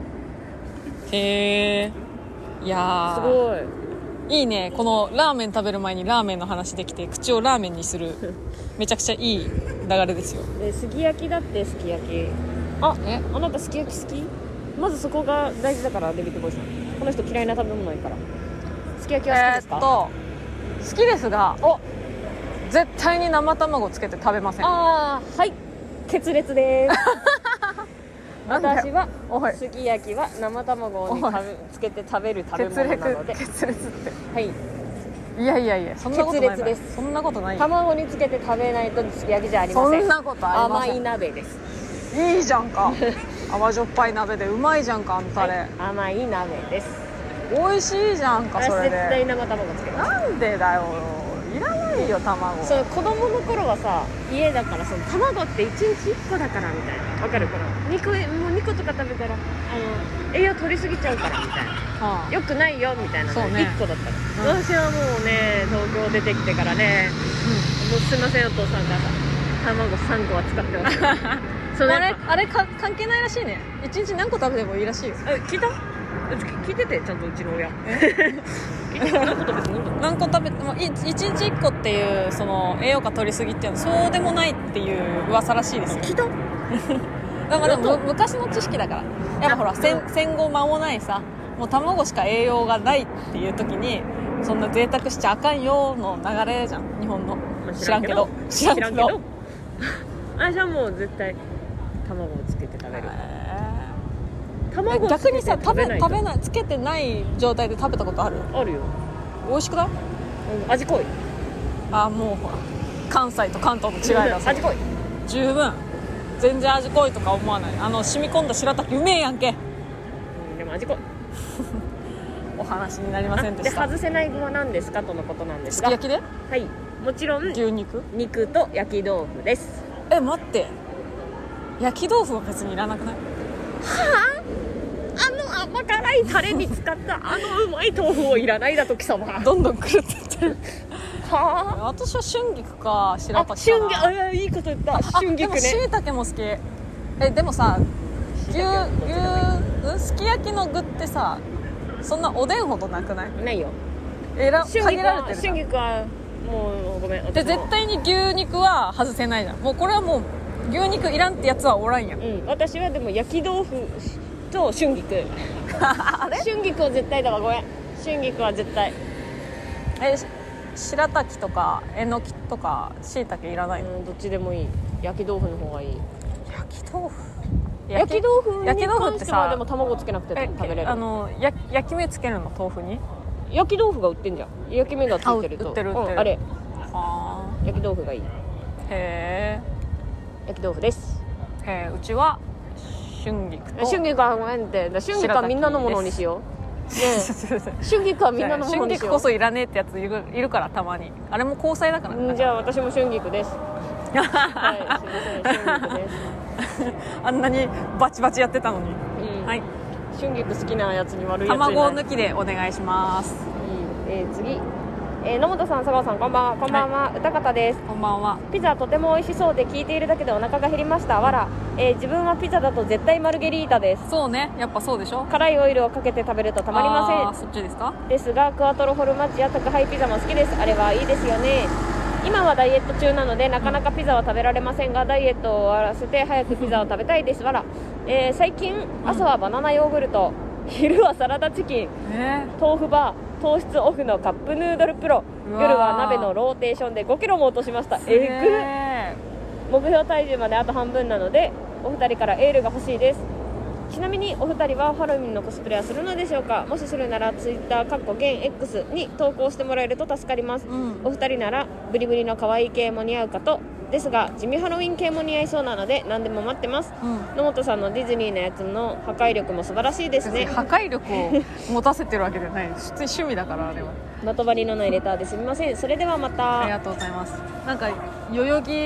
へえ、いやすーごい。 いいね。このラーメン食べる前にラーメンの話できて口をラーメンにするめちゃくちゃいい流れですよ。 ですき焼きだって。すき焼き、あえ、 あなたすき焼き好き？まずそこが大事だから。デビッドボーイさん、この人嫌いな食べ物ないから。すき焼きは好きですか？ えー、っと好きですが、 お絶対に生卵つけて食べません。 あー、はい決裂ですなんだよ私はおい、 すき焼きは生卵に食べつけて食べる食べ決物なので、 裂決裂ってはい、 いやいやいや、そんなことない。 決裂ですそんなことないよ。 卵につけて食べないとすき焼きじゃありません。 そんなことありません。 甘い鍋です。 いいじゃんか甘じょっぱい鍋でうまいじゃんか、あのタレ、 はい、甘い鍋です。 美味しいじゃんか。それ私絶対で生卵つけます。 なんでだよ、いらないよ卵。 その子供の頃はさ、家だからその卵っていちにちいっこだからみたいな、わかるかな。にこもうにことか食べたらあの栄養取りすぎちゃうからみたいな、 はあ、 よくないよみたいなのそうねいっこだったら、 うん私はもうね東京出てきてからね、もうすいませんお父さんが卵さんこは使ってますそうん、 れあれあれか関係ないらしいね。いちにち何個食べてもいいらしいよ。 え聞いた？聞いててちゃんとうちの親聞いてた？何個食べてもいいんだ。 何個食べてもいいちにちいっこっていうその栄養価取りすぎっていうのはそうでもないっていう噂らしいですよ。 聞いた？ まあでもむ昔の知識だから、やっぱほら戦戦後間もないさ、もう卵しか栄養がないっていう時にそんな贅沢しちゃあかんよの流れじゃん、日本の。 まあ知らんけど知らんけど私はもう絶対卵をつけて食べる。卵をつけて逆にさ、食べないと食べないつけてない状態で食べたことある？ あるよ。 美味しくない？ うん味濃い。 あ、もうほら関西と関東の違いだ。 味濃い。 十分全然味濃いとか思わない。あの染み込んだ白滝うめえやんけ。 うんでも味濃い。 お話になりませんででした。 外せない具は何ですかとのことなんですが、 すき焼きではいもちろん牛肉？ 肉と焼き豆腐です。 え、待って、焼き豆腐は別にいらなくない？ あの甘辛いタレに使ったあのうまい豆腐をいらないだと貴様はどんどん狂ってってるあ私は春菊か白あ滝かな。 春菊、あいいこと言った。春菊ね。 でも椎茸も好き。え、でもさ、牛牛うんすき焼きの具ってさ、そんなおでんほどなくない？ ないよ。 えら春菊は限られてるじゃん。 春菊はもうごめん。 で絶対に牛肉は外せないじゃん。もうこれはもう牛肉いらんってやつはおらんやん。 うん私はでも焼き豆腐と春菊あれ？ 春菊は絶対だわ。ごめん春菊は絶対。 え、し白滝とかえのきとか椎茸いらないの？ うんどっちでもいい。焼き豆腐の方がいい。 焼き豆腐焼き豆腐に焼き豆腐関してはってさでも卵つけなくてえ食べれる。 あのや焼き目つけるの豆腐に？ 焼き豆腐が売ってんじゃん。焼き目がついてるとあ売ってる売ってるうんあれあ焼き豆腐がいい。 ーへ焼き豆腐です。 ーへーうちは春菊と春菊はごめんって春菊はみんなのものにしよう。ねえ春菊はみんなのもの春にしよ菊こそいらねえってやついるいるからたまに。あれも交際だからう。じゃあ私も春菊です。はいすいません春菊です。 あんなにバチバチやってたのに、 うんはい、 春菊好きなやつに悪いやついない。 卵抜きでお願いします。 いい、えー、次、えー、野本さん佐川さんこんばんは。こんばんは、歌方です。 こんばんは。 ピザとても美味しそうで聞いているだけでお腹が減りましたわら、えー自分はピザだと絶対マルゲリータです。 そうね、やっぱそうでしょ。 辛いオイルをかけて食べるとたまりまあーせそっちですか？ んですがクワトロフォルマッジや宅配ピザも好きです。あれはいいですよね。今はダイエット中なのでなかなかピザは食べられませんがダイエットを終わらせて早くピザを食べたいですわら、えー最近朝はバナナヨーグルト、昼はサラダチキン、 え豆腐バー、糖質オフのカップヌードルプロ、 うわー夜は鍋のローテーションでごキロも落としました。 ー、 えぐっ。目標体重まであと半分なのでお二人からエールが欲しいです。ちなみにお二人はハロウィンのコスプレはするのでしょうか。もしするならツイッターかっこ現 X に投稿してもらえると助かります、 うん、 お二人ならブリブリの可愛い系も似合うかと。ですが地味ハロウィン系も似合いそうなので何でも待ってます、 うん、 野本さんのディズニーのやつの破壊力も素晴らしいですね。 破壊力を持たせてるわけじゃない普通に趣味だからあれは。 まとまりのないレターですみません。それではまた。 ありがとうございます。なんか代々木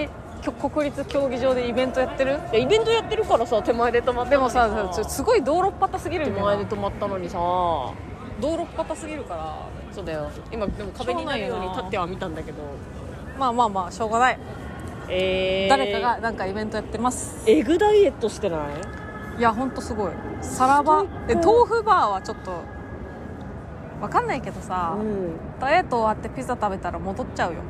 国立競技場でイベントやってる？ いやイベントやってるからさ手前で止まったでのにもさすごい道路っ端すぎるんだよな。 手前で止まったのにさ道路っ端すぎるから。 そうだよ今でも壁になるように立っては見たんだけどまあまあまあしょうがない、 えー、 誰かがなんかイベントやってます。 エグダイエットしてない？ いやほんとすごい。サラバで豆腐バーはちょっと分かんないけどさ、うん、ダイエット終わってピザ食べたら戻っちゃうよ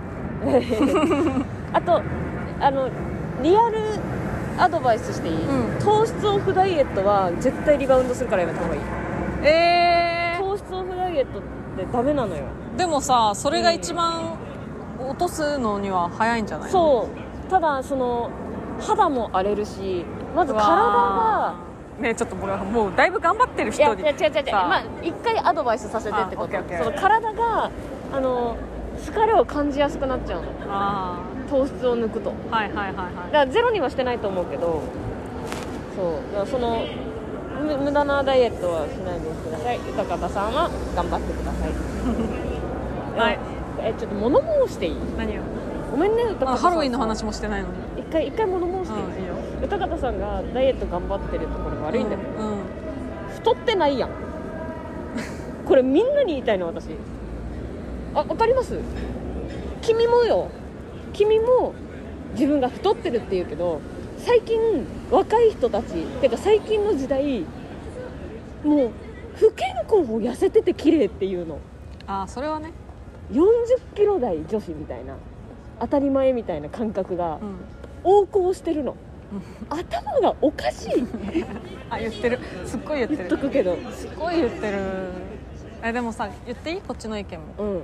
あとあのリアルアドバイスしていい、うん、糖質オフダイエットは絶対リバウンドするからやめた方がいい。 えー、 糖質オフダイエットってダメなのよ。 でもさそれが一番落とすのには早いんじゃない？ そうただその肌も荒れるしまず体がねちょっともうだいぶ頑張ってる人にいや違う違う違うまあ一回アドバイスさせてってこと。その体があの疲れを感じやすくなっちゃうの。あ糖質を抜くとはいはいはいはい。 だからゼロにはしてないと思うけどそうだからその無駄なダイエットはしないでください。豊方さんは頑張ってくださいはいえちょっと物申していい？ 何を？ ごめんね豊方さん。 ハロウィンの話もしてないのに一回一回物申していい？うん、いいよ。豊方さんがダイエット頑張ってるところが悪いんだよ、うんうん、太ってないやんこれみんなに言いたいの私。あ、わかります？君もよ君も自分が太ってるって言うけど最近若い人たちてか最近の時代もう不健康を痩せてて綺麗っていうの。 ああそれはねよんじゅっキロ台女子みたいな当たり前みたいな感覚が横行してるの、うん、頭がおかしいあ言ってるすっごい言ってる言っとくけどすっごい言ってる。えでもさ言っていい？こっちの意見も、うん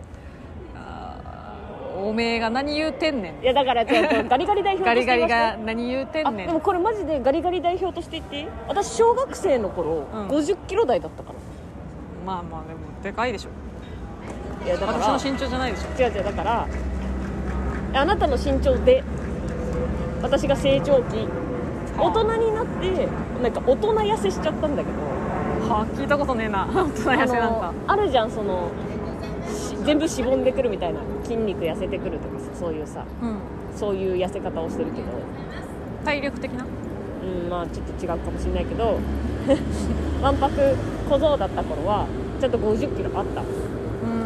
おめえが何言うてんねん。 いやだからガリガリ代表としてガリガリが何言うてんねん。 でもこれマジでガリガリ代表として言っていい？私小学生の頃、うん、ごじゅっキロ台だったから。 まあまあでもでかいでしょ。 いやだから私の身長じゃないでしょ。 違う違うだからあなたの身長で私が成長期大人になってなんか大人痩せしちゃったんだけどはあ聞いたことねえな大人痩せなんかあ, あるじゃんその全部しぼんでくるみたいな筋肉痩せてくるとかさそういうさ、うん、そういう痩せ方をしてるけど体力的なうんまあちょっと違うかもしれないけどわんぱく小僧だった頃はちょっとごじゅっキロあった、うん、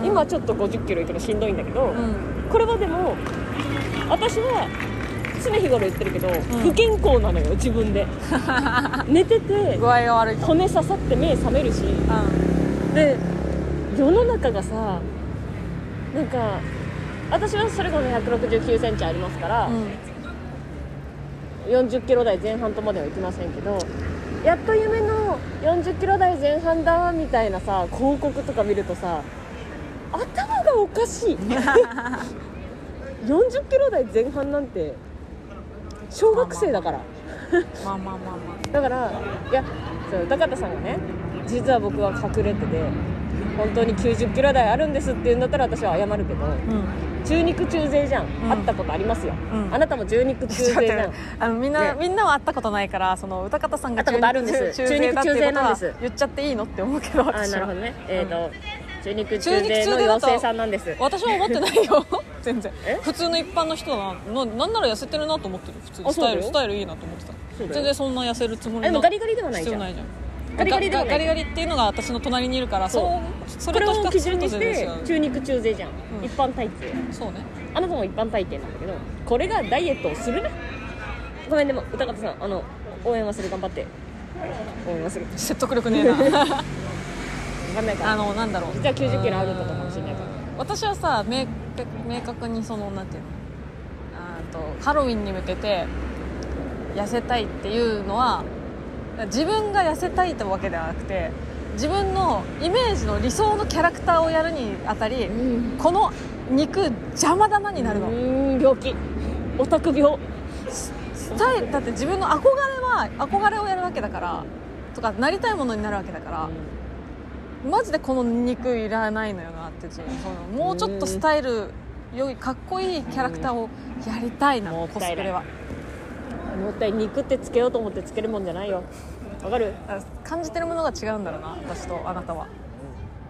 今ちょっとごじゅっキロいくのしんどいんだけど、うん、これはでも私は常日頃言ってるけど、うん、不健康なのよ自分で寝てて具合が悪いと骨刺さって目覚めるし、うん、で世の中がさなんか私はそれこそひゃくろくじゅうきゅうセンチありますから、うん、よんじゅっキロ台前半とまではいきませんけどやっと夢のよんじゅっキロ台前半だみたいなさ広告とか見るとさ頭がおかしいよんじゅっキロ台前半なんて小学生だからまあまあまあまあだからいやそう高田さんがね実は僕は隠れてて本当にきゅうじゅっキロ台あるんですって言うんだったら私は謝るけど、うん、中肉中背じゃん、うん、会ったことありますよ、うん、あなたも中肉中背じゃんあのみんな、ね、みんなは会ったことないからその歌方さんが中肉中背だっていうことは言っちゃっていいのって思うけどあなるほどねえーと、うん中肉中背の妖精さんなんです。 私は思ってないよ全然普通の一般の人だななんなら痩せてるなと思ってる普通にスタイルスタイルいいなと思ってた全然そんな痩せるつもりでもガリガリではないじゃん必要ないじゃんガリガリではないガリガリっていうのが私の隣にいるからそうそれと比較すると全然違うこれを基準にして中肉中背じゃん、うん、一般体型そうねあなたも一般体型なんだけどこれがダイエットをするなごめんでも歌方さんあの応援はする頑張って応援はする説得力ねえな分かんないからあのなんだろう実はきゅうじゅっキロあることかもしれないから私はさ 明, 明確にそのなんていうのあとハロウィンに向けて痩せたいっていうのは自分が痩せたいってわけではなくて自分のイメージの理想のキャラクターをやるにあたり、うん、この肉邪魔だなになるのうん病気オタク病スタイルだって自分の憧れは憧れをやるわけだからとかなりたいものになるわけだから、うん、マジでこの肉いらないのよなってそのもうちょっとスタイル良いかっこいいキャラクターをやりたいな、うん、コスプレはもったい肉ってつけようと思ってつけるもんじゃないよわかる感じてるものが違うんだろうな私とあなたは、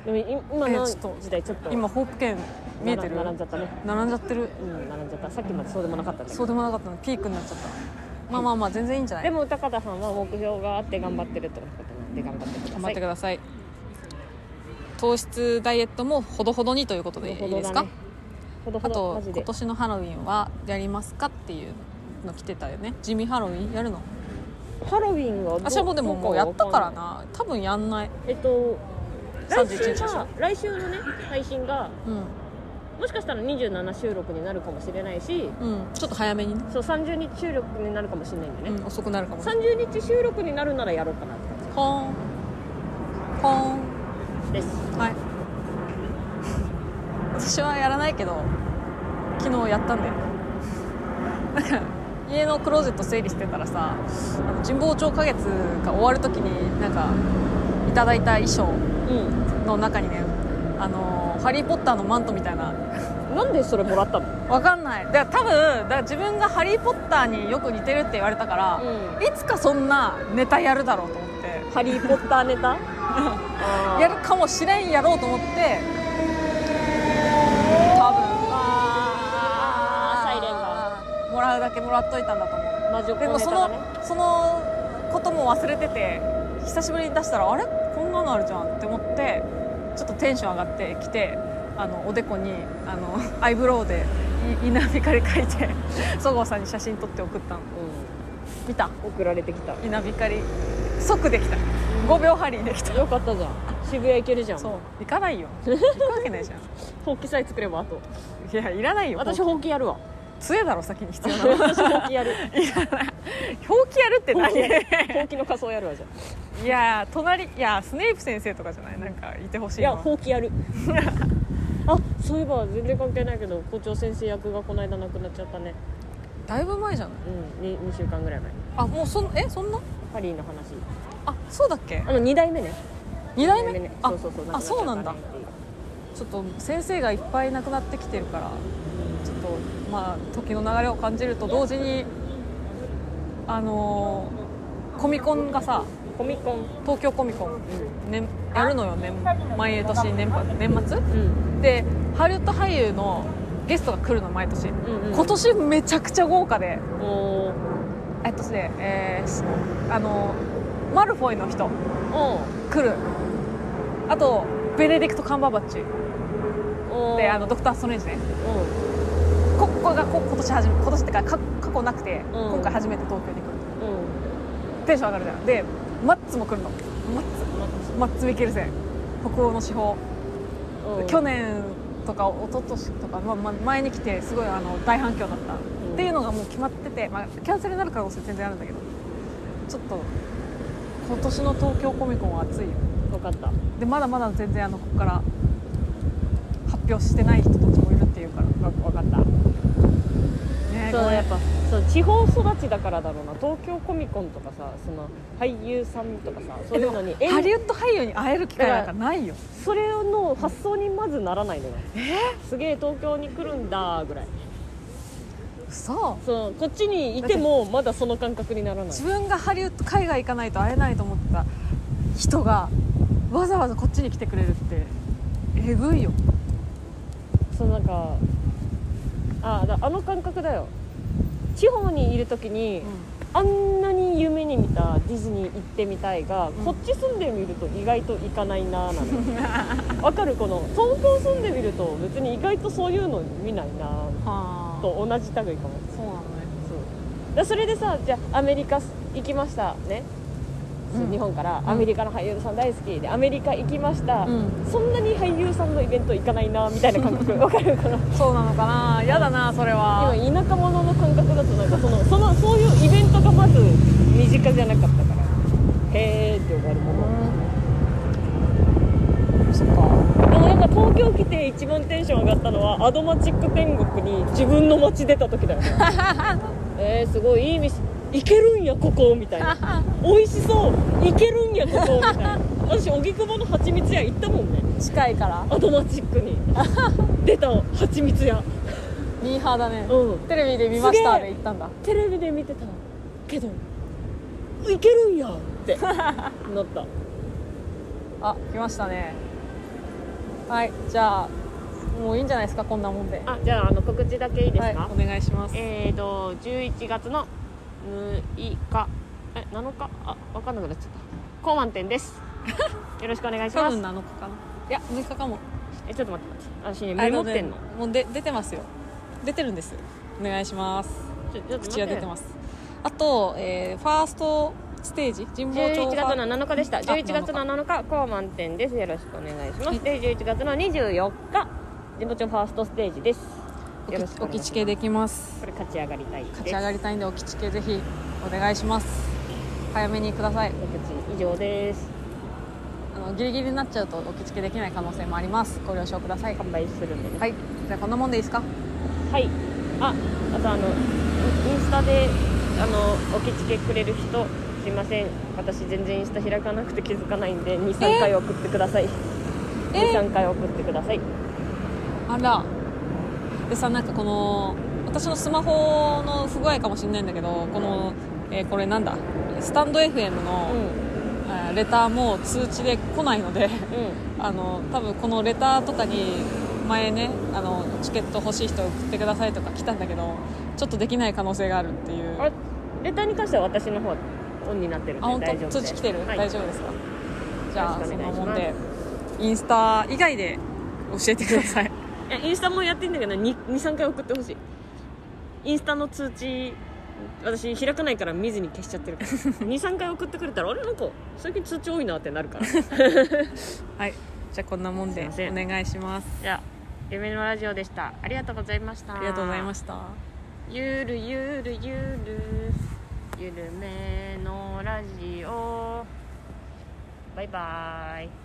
でもい今のえちょっと時代ちょっと今ホープ券見えてる？ 並んじゃったね。 並んじゃってる。 うん並んじゃった。さっきまでそうでもなかったんだけど。 そうでもなかったのピークになっちゃった。まあまあまあ全然いいんじゃない？ でも高田さんは目標があって頑張ってるってことなんで頑張ってください。 頑張ってください。糖質ダイエットもほどほどにということでいいですか？ ほどほあとどマジで今年のハロウィンはやりますかっていうの来てたよね。地味ハロウィンやるの？ ハロウィンはど私はもうでももうやったからどうな。多分やんない。 えっと 31 来週日でしょが来週のね配信がうんもしかしたらにじゅうなな収録になるかもしれないし、 うんちょっと早めにね、 そうさんじゅうにち収録になるかもしれないんでね、 うん、遅くなるかも。 さんじゅうにち収録になるならやろうかなって感ポーンポーンじです。 はい。私はやらないけど昨日やったんだよ。なんか家のクローゼット整理してたらさ、あの神保町花月が終わる時になんかいただいた衣装うの中にね、あのハリーポッターのマントみたいな、 んなんでそれもらったの？ わかんない。だから多分だから自分がハリーポッターによく似てるって言われたから、 うんいつかそんなネタやるだろうと思ってハリーポッターネタあーやるかもしれんやろうと思って多分あーサイレンがもらうだけもらっといたんだと思う。 魔女でもそ子ネタがねのそのことも忘れてて久しぶりに出したらあれこんなのあるじゃんって思ってちょっとテンション上がってきて、あのおでこにあのアイブロウでい稲光描いてそごうさんに写真撮って送ったの。見た？ 送られてきた。 稲光即できた。ごびょうハリーできた。 よかったじゃん。渋谷行けるじゃん。 そう行かないよ行くわけないじゃん。 ほうきさえ作ればあといやいらないよ。 私ほうきやるわ。 杖だろ先に必要なの。 私ほうきやる。 いらない。ほうきやるって何？ ほうきの仮装やるわじゃん。 いや隣いやスネイプ先生とかじゃない？なんかいてほしいいやのは。 ほうきやる。あそういえば全然関係ないけど校長先生役がこの間亡くなっちゃったね。 だいぶ前じゃない？ うん に, にしゅうかんぐらい前。 あもうそんえそんな？ ハリーの話。 あそうだっけ？ あのにだいめね。 に代目？ ね。 あそうそうそう。 あそうなんだ。 亡くっちゃったねちょっと先生がいっぱい亡くなってきてるからちょっとまあ時の流れを感じると同時にあのー、コミコンがさコミコン、 東京コミコン、ね、やるのよ、ね、毎年 年, 年末、 うん、 でハリウッド俳優のゲストが来るの毎年、 うんうん、 今年めちゃくちゃ豪華でおえっとね、えー、あのマルフォイの人来る、あとベネディクト・カンバーバッチであのドクター・ストレンジね、ここがこ今年初め今年ってか過去なくて、うん、今回初めて東京に来る、うん、テンション上がるじゃん。でマッツも来るの。マッツマッツ・ミケルセン北欧の司法、うん、去年とか一昨年とか、まあ、前に来てすごいあの大反響だった、うん、っていうのがもう決まってて、まあ、キャンセルになる可能性全然あるんだけどちょっと今年の東京コミコンは熱いよ。 分かった。 でまだまだ全然あのここから発表してない人たちもいるっていうから分かった、ね、そうやっぱそう地方育ちだからだろうな。東京コミコンとかさその俳優さんとかさそういうのにハリウッド俳優に会える機会なんかないよ。 それの発想にまずならないのよ、えー、すげえ東京に来るんだぐらい。 そうそうこっちにいてもまだその感覚にならない。 自分がハリウッド海外行かないと会えないと思った人がわざわざこっちに来てくれるってえぐいよ。 そうなんか あ, だあの感覚だよ。地方にいる時に、うん、あんなに夢に見たディズニー行ってみたいが、うん、こっち住んでみると意外と行かないなーなのわかる。この東京住んでみると別に意外とそういうの見ないなーと同じ類かも。 そうなのね。 そうだそれでさじゃあアメリカ行きましたね、うん、日本からアメリカの俳優さん大好きでアメリカ行きました、うん、そんなに俳優さんのイベント行かないなみたいな感覚わかるかな。 そうなのかな。やだなそれは。 今田舎者の感覚だとなんかそのそのそういうイベントがまず身近じゃなかったからへーって終わるもの、 うん、そっか。 でもなんか東京来て一番テンション上がったのはアドマチック天国に自分の街出た時だよねえーすごいいい店行けるんやここみたいな美味しそう行けるんやここみたいな。私荻窪の蜂蜜屋行ったもんね。 近いからアドマチックに出た蜂蜜屋ミーハーだね、 うん、 テレビで見ましたで行ったんだ。 テレビで見てたけど行けるんやってなったあ来ましたね。 はい、じゃあもういいんじゃないですか、こんなもんで。 あ、じゃあ、あの告知だけいいですか？ はい、お願いします。 えーとじゅういちがつのむいかえなのかあ分かんなくなっちゃったコーマン店ですよろしくお願いし多ます分なのかかな。いやむいかかも。 えちょっと待って待って私ねメモってんの。 もうで出てますよ。出てるんです。お願いします。 ちょちょっと待って口が出てます。あと、えー、ファーストステージ神保町じゅういちがつのなのかでした。 あじゅういちがつのなのかコーマン店です。よろしくお願いします、 はい、 でじゅういちがつのにじゅうよっか神保町ファーストステージです。よろしくお願いします。 おきちけできます。 これ勝ち上がりたいです。 勝ち上がりたいんでおきちけぜひお願いします。早めにください。 告知以上です。 あのギリギリになっちゃうとおきちけできない可能性もあります。ご了承ください。 販売するんでね。 はい、じゃあこんなもんでいいですか？ はいああとあのインスタであのおきちけくれる人すいません、私全然インスタ開かなくて気づかないんで にさん 回送ってください。 えー、 にさんかい送ってください。 あらでさ、なんかこの私のスマホの不具合かもしれないんだけど、この、えー、これなんだスタンド エフエム の、うん、レターも通知で来ないので、うん、あの多分このレターとかに前ねあのチケット欲しい人送ってくださいとか来たんだけど、ちょっとできない可能性があるっていう。 あレターに関しては私の方はオンになってるんで大丈夫です。 通知来てる、はい、大丈夫ですか？じゃあそのもんでインスタ以外で教えてくださいインスタもやっていいんだけど にさん 回送ってほしい。インスタの通知私開かないから見ずに消しちゃってるからにさんかい送ってくれたらあれなんか最近通知多いなってなるからはい、じゃあこんなもんでお願いします。 じゃあ夢のラジオでした。ありがとうございました。 ありがとうございました。 ゆるゆるゆるゆるめのラジオバイバーイ。